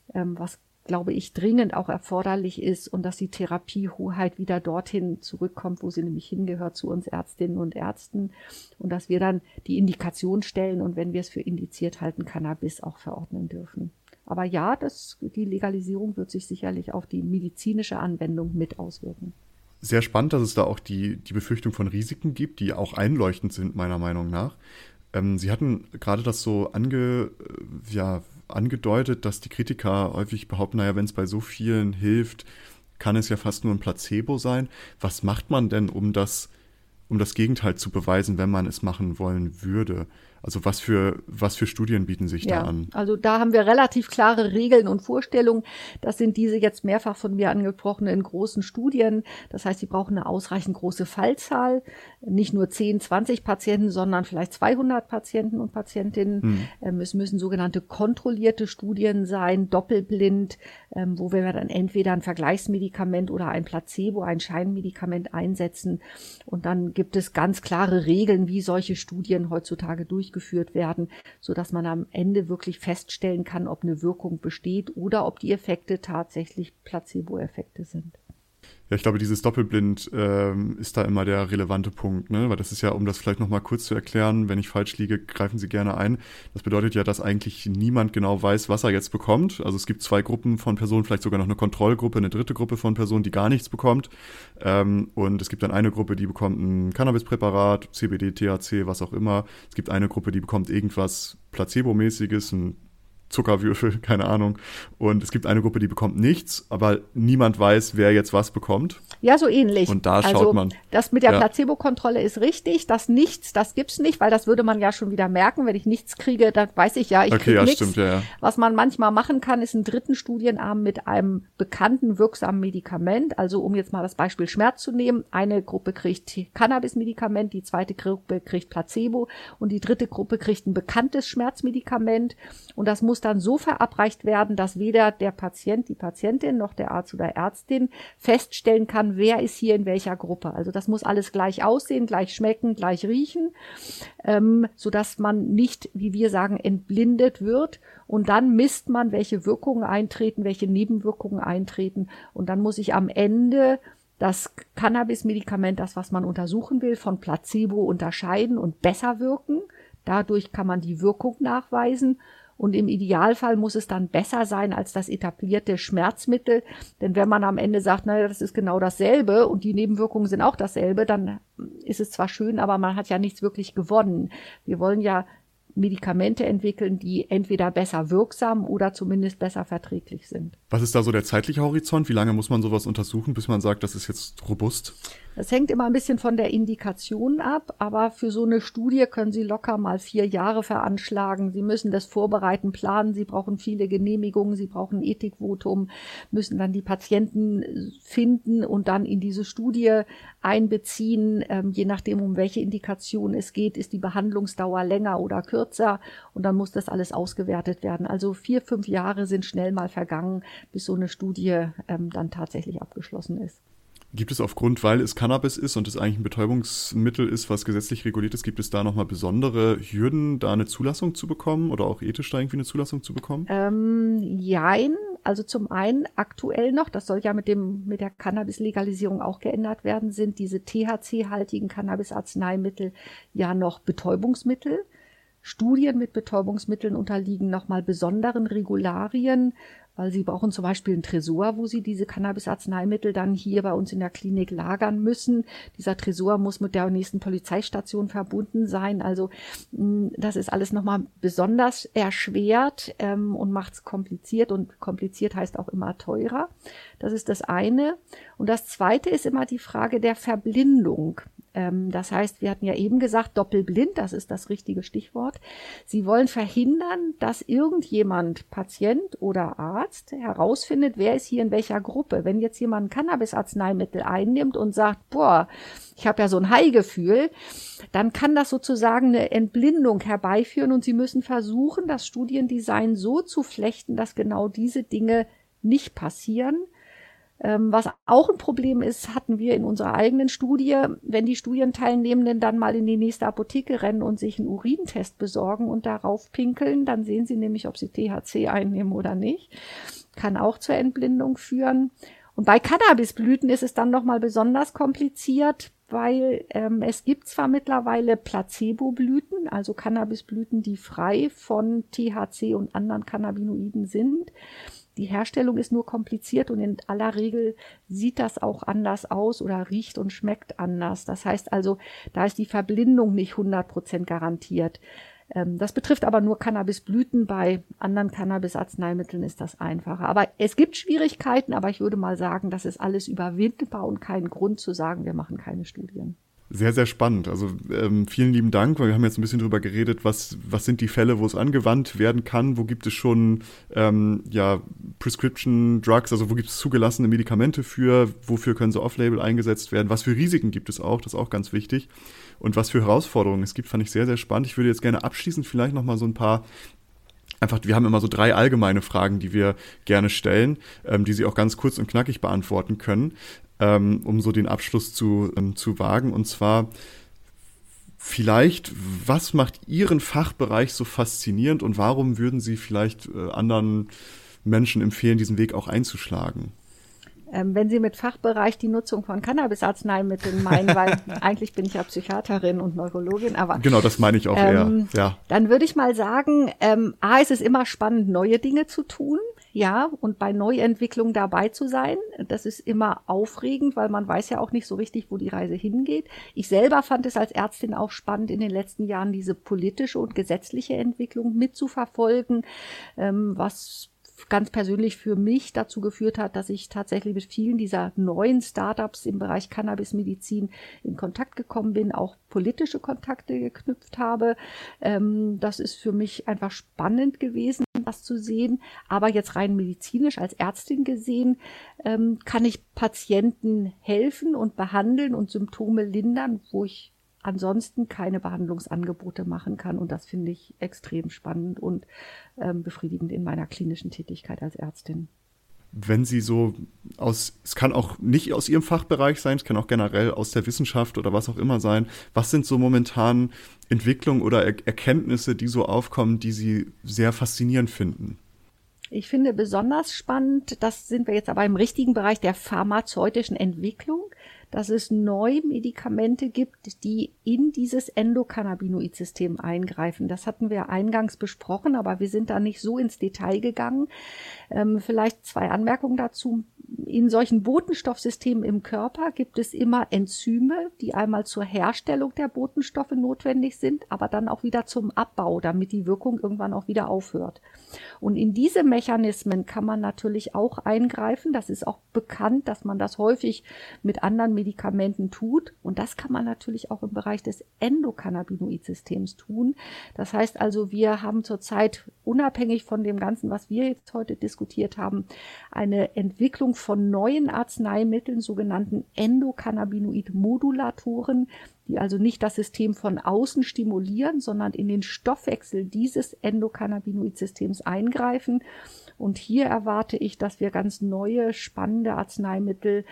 was glaube ich, dringend auch erforderlich ist und dass die Therapiehoheit wieder dorthin zurückkommt, wo sie nämlich hingehört, zu uns Ärztinnen und Ärzten und dass wir dann die Indikation stellen und wenn wir es für indiziert halten, Cannabis auch verordnen dürfen. Aber ja, das, die Legalisierung wird sich sicherlich auf die medizinische Anwendung mit auswirken. Sehr spannend, dass es da auch die, die Befürchtung von Risiken gibt, die auch einleuchtend sind, meiner Meinung nach. Ähm, Sie hatten gerade das so ange, ja, angedeutet, dass die Kritiker häufig behaupten, naja, wenn es bei so vielen hilft, kann es ja fast nur ein Placebo sein. Was macht man denn, um das, um das Gegenteil zu beweisen, wenn man es machen wollen würde? Also was für, was für Studien bieten sich ja, da an? Also da haben wir relativ klare Regeln und Vorstellungen. Das sind diese jetzt mehrfach von mir angesprochenen großen Studien. Das heißt, sie brauchen eine ausreichend große Fallzahl. Nicht nur zehn, zwanzig Patienten, sondern vielleicht zweihundert Patienten und Patientinnen. Hm. Es müssen sogenannte kontrollierte Studien sein, doppelblind, wo wir dann entweder ein Vergleichsmedikament oder ein Placebo, ein Scheinmedikament einsetzen. Und dann gibt es ganz klare Regeln, wie solche Studien heutzutage durchgeführt geführt werden, so dass man am Ende wirklich feststellen kann, ob eine Wirkung besteht oder ob die Effekte tatsächlich Placebo-Effekte sind. Ja, ich glaube, dieses Doppelblind ähm, ist da immer der relevante Punkt, ne? Weil das ist ja, um das vielleicht nochmal kurz zu erklären, wenn ich falsch liege, greifen Sie gerne ein. Das bedeutet ja, dass eigentlich niemand genau weiß, was er jetzt bekommt. Also es gibt zwei Gruppen von Personen, vielleicht sogar noch eine Kontrollgruppe, eine dritte Gruppe von Personen, die gar nichts bekommt. Ähm, und es gibt dann eine Gruppe, die bekommt ein Cannabispräparat, C B D, T H C, was auch immer. Es gibt eine Gruppe, die bekommt irgendwas Placebo-mäßiges, ein Zuckerwürfel, keine Ahnung. Und es gibt eine Gruppe, die bekommt nichts, aber niemand weiß, wer jetzt was bekommt. Ja, so ähnlich. Und da schaut also, man. Das mit der ja. Placebo-Kontrolle ist richtig. Das Nichts, das gibt's nicht, weil das würde man ja schon wieder merken. Wenn ich nichts kriege, dann weiß ich ja, ich okay, kriege ja, nichts. Stimmt, ja, ja. Was man manchmal machen kann, ist einen dritten Studienarm mit einem bekannten, wirksamen Medikament. Also um jetzt mal das Beispiel Schmerz zu nehmen. Eine Gruppe kriegt Cannabis-Medikament, die zweite Gruppe kriegt Placebo und die dritte Gruppe kriegt ein bekanntes Schmerzmedikament. Und das muss dann so verabreicht werden, dass weder der Patient, die Patientin noch der Arzt oder Ärztin feststellen kann, wer ist hier in welcher Gruppe. Also das muss alles gleich aussehen, gleich schmecken, gleich riechen, ähm, sodass man nicht, wie wir sagen, entblindet wird. Und dann misst man, welche Wirkungen eintreten, welche Nebenwirkungen eintreten. Und dann muss ich am Ende das Cannabis-Medikament, das, was man untersuchen will, von Placebo unterscheiden und besser wirken. Dadurch kann man die Wirkung nachweisen. Und im Idealfall muss es dann besser sein als das etablierte Schmerzmittel. Denn wenn man am Ende sagt, naja, das ist genau dasselbe und die Nebenwirkungen sind auch dasselbe, dann ist es zwar schön, aber man hat ja nichts wirklich gewonnen. Wir wollen ja Medikamente entwickeln, die entweder besser wirksam oder zumindest besser verträglich sind. Was ist da so der zeitliche Horizont? Wie lange muss man sowas untersuchen, bis man sagt, das ist jetzt robust? Das hängt immer ein bisschen von der Indikation ab, aber für so eine Studie können Sie locker mal vier Jahre veranschlagen. Sie müssen das vorbereiten, planen, Sie brauchen viele Genehmigungen, Sie brauchen Ethikvotum, müssen dann die Patienten finden und dann in diese Studie einbeziehen. Ähm, je nachdem, um welche Indikation es geht, ist die Behandlungsdauer länger oder kürzer und dann muss das alles ausgewertet werden. Also vier, fünf Jahre sind schnell mal vergangen, bis so eine Studie ähm, dann tatsächlich abgeschlossen ist. Gibt es aufgrund, weil es Cannabis ist und es eigentlich ein Betäubungsmittel ist, was gesetzlich reguliert ist, gibt es da nochmal besondere Hürden, da eine Zulassung zu bekommen oder auch ethisch da irgendwie eine Zulassung zu bekommen? Ähm, jein. Also zum einen aktuell noch, das soll ja mit dem mit der Cannabis-Legalisierung auch geändert werden, sind diese T H C-haltigen Cannabis-Arzneimittel ja noch Betäubungsmittel. Studien mit Betäubungsmitteln unterliegen nochmal besonderen Regularien, weil sie brauchen zum Beispiel einen Tresor, wo sie diese Cannabis-Arzneimittel dann hier bei uns in der Klinik lagern müssen. Dieser Tresor muss mit der nächsten Polizeistation verbunden sein. Also das ist alles nochmal besonders erschwert ähm, und macht es kompliziert. Und kompliziert heißt auch immer teurer. Das ist das eine. Und das zweite ist immer die Frage der Verblindung. Ähm, das heißt, wir hatten ja eben gesagt, doppelblind, das ist das richtige Stichwort. Sie wollen verhindern, dass irgendjemand, Patient oder Arzt, herausfindet, wer ist hier in welcher Gruppe. Wenn jetzt jemand ein Cannabis-Arzneimittel einnimmt und sagt, boah, ich habe ja so ein High-Gefühl, dann kann das sozusagen eine Entblindung herbeiführen und sie müssen versuchen, das Studiendesign so zu flechten, dass genau diese Dinge nicht passieren. Ähm, was auch ein Problem ist, hatten wir in unserer eigenen Studie, wenn die Studienteilnehmenden dann mal in die nächste Apotheke rennen und sich einen Urintest besorgen und darauf pinkeln, dann sehen sie nämlich, ob sie T H C einnehmen oder nicht. Kann auch zur Entblindung führen. Und bei Cannabisblüten ist es dann nochmal besonders kompliziert, weil ähm, es gibt zwar mittlerweile Placebo-Blüten, also Cannabisblüten, die frei von T H C und anderen Cannabinoiden sind. Die Herstellung ist nur kompliziert und in aller Regel sieht das auch anders aus oder riecht und schmeckt anders. Das heißt also, da ist die Verblindung nicht hundert Prozent garantiert. Das betrifft aber nur Cannabisblüten. Bei anderen Cannabis-Arzneimitteln ist das einfacher. Aber es gibt Schwierigkeiten, aber ich würde mal sagen, das ist alles überwindbar und kein Grund zu sagen, wir machen keine Studien. Sehr, sehr spannend. Also ähm, vielen lieben Dank, weil wir haben jetzt ein bisschen drüber geredet, was was sind die Fälle, wo es angewandt werden kann, wo gibt es schon ähm, ja Prescription Drugs, also wo gibt es zugelassene Medikamente für, wofür können sie off-label eingesetzt werden, was für Risiken gibt es auch, das ist auch ganz wichtig und was für Herausforderungen es gibt, fand ich sehr, sehr spannend. Ich würde jetzt gerne abschließend vielleicht nochmal so ein paar Einfach, wir haben immer so drei allgemeine Fragen, die wir gerne stellen, ähm, die Sie auch ganz kurz und knackig beantworten können, ähm, um so den Abschluss zu, ähm, zu wagen. Und zwar vielleicht, was macht Ihren Fachbereich so faszinierend und warum würden Sie vielleicht äh, anderen Menschen empfehlen, diesen Weg auch einzuschlagen? Ähm, wenn Sie mit Fachbereich die Nutzung von Cannabis-Arzneimitteln meinen, weil eigentlich bin ich ja Psychiaterin und Neurologin, aber genau, das meine ich auch ähm, eher. Ja. Dann würde ich mal sagen, ähm, A, es ist immer spannend, neue Dinge zu tun, ja, und bei Neuentwicklung dabei zu sein. Das ist immer aufregend, weil man weiß ja auch nicht so richtig, wo die Reise hingeht. Ich selber fand es als Ärztin auch spannend, in den letzten Jahren diese politische und gesetzliche Entwicklung mitzuverfolgen, ähm, was ganz persönlich für mich dazu geführt hat, dass ich tatsächlich mit vielen dieser neuen Startups im Bereich Cannabismedizin in Kontakt gekommen bin, auch politische Kontakte geknüpft habe. Ähm, das ist für mich einfach spannend gewesen, das zu sehen. Aber jetzt rein medizinisch als Ärztin gesehen, ähm, kann ich Patienten helfen und behandeln und Symptome lindern, wo ich ansonsten keine Behandlungsangebote machen kann. Und das finde ich extrem spannend und ähm, befriedigend in meiner klinischen Tätigkeit als Ärztin. Wenn Sie so aus, es kann auch nicht aus Ihrem Fachbereich sein, es kann auch generell aus der Wissenschaft oder was auch immer sein. Was sind so momentan Entwicklungen oder er- Erkenntnisse, die so aufkommen, die Sie sehr faszinierend finden? Ich finde besonders spannend, das sind wir jetzt aber im richtigen Bereich der pharmazeutischen Entwicklung, dass es neue Medikamente gibt, die in dieses Endokannabinoid-System eingreifen. Das hatten wir eingangs besprochen, aber wir sind da nicht so ins Detail gegangen. Ähm, vielleicht zwei Anmerkungen dazu. In solchen Botenstoffsystemen im Körper gibt es immer Enzyme, die einmal zur Herstellung der Botenstoffe notwendig sind, aber dann auch wieder zum Abbau, damit die Wirkung irgendwann auch wieder aufhört. Und in diese Mechanismen kann man natürlich auch eingreifen. Das ist auch bekannt, dass man das häufig mit anderen Medikamenten tut. Und das kann man natürlich auch im Bereich des Endokannabinoid-Systems tun. Das heißt also, wir haben zurzeit unabhängig von dem Ganzen, was wir jetzt heute diskutiert haben, eine Entwicklung von neuen Arzneimitteln, sogenannten Endokannabinoid-Modulatoren, die also nicht das System von außen stimulieren, sondern in den Stoffwechsel dieses Endokannabinoid-Systems eingreifen. Und hier erwarte ich, dass wir ganz neue, spannende Arzneimittel für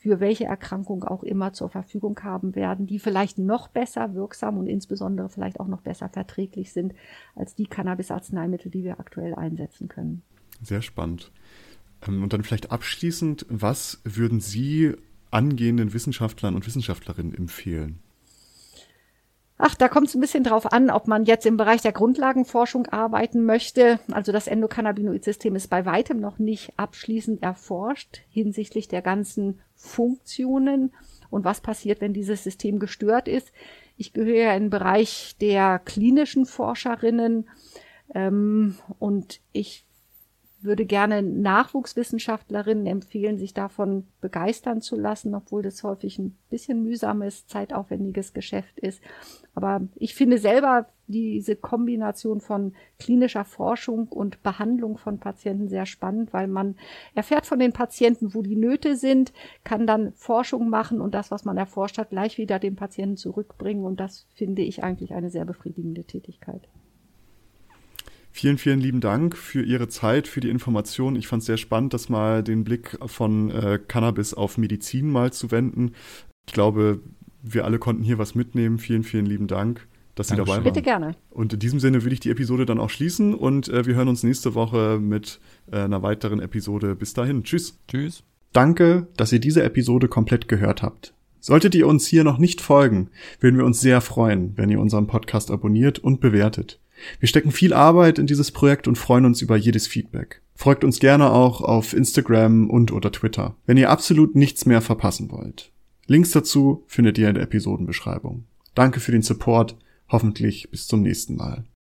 für welche Erkrankung auch immer zur Verfügung haben werden, die vielleicht noch besser wirksam und insbesondere vielleicht auch noch besser verträglich sind als die Cannabis-Arzneimittel, die wir aktuell einsetzen können. Sehr spannend. Und dann vielleicht abschließend, was würden Sie angehenden Wissenschaftlern und Wissenschaftlerinnen empfehlen? Ach, da kommt es ein bisschen drauf an, ob man jetzt im Bereich der Grundlagenforschung arbeiten möchte. Also das Endokannabinoid-System ist bei weitem noch nicht abschließend erforscht hinsichtlich der ganzen Funktionen und was passiert, wenn dieses System gestört ist. Ich gehöre ja in den Bereich der klinischen Forscherinnen ähm, und ich würde gerne Nachwuchswissenschaftlerinnen empfehlen, sich davon begeistern zu lassen, obwohl das häufig ein bisschen mühsames, zeitaufwendiges Geschäft ist. Aber ich finde selber diese Kombination von klinischer Forschung und Behandlung von Patienten sehr spannend, weil man erfährt von den Patienten, wo die Nöte sind, kann dann Forschung machen und das, was man erforscht hat, gleich wieder dem Patienten zurückbringen. Und das finde ich eigentlich eine sehr befriedigende Tätigkeit. Vielen, vielen lieben Dank für Ihre Zeit, für die Information. Ich fand es sehr spannend, das mal den Blick von äh, Cannabis auf Medizin mal zu wenden. Ich glaube, wir alle konnten hier was mitnehmen. Vielen, vielen lieben Dank, dass Sie dabei waren. Bitte gerne. Und in diesem Sinne würde ich die Episode dann auch schließen und äh, wir hören uns nächste Woche mit äh, einer weiteren Episode. Bis dahin. Tschüss. Tschüss. Danke, dass ihr diese Episode komplett gehört habt. Solltet ihr uns hier noch nicht folgen, würden wir uns sehr freuen, wenn ihr unseren Podcast abonniert und bewertet. Wir stecken viel Arbeit in dieses Projekt und freuen uns über jedes Feedback. Folgt uns gerne auch auf Instagram und oder Twitter, wenn ihr absolut nichts mehr verpassen wollt. Links dazu findet ihr in der Episodenbeschreibung. Danke für den Support, hoffentlich bis zum nächsten Mal.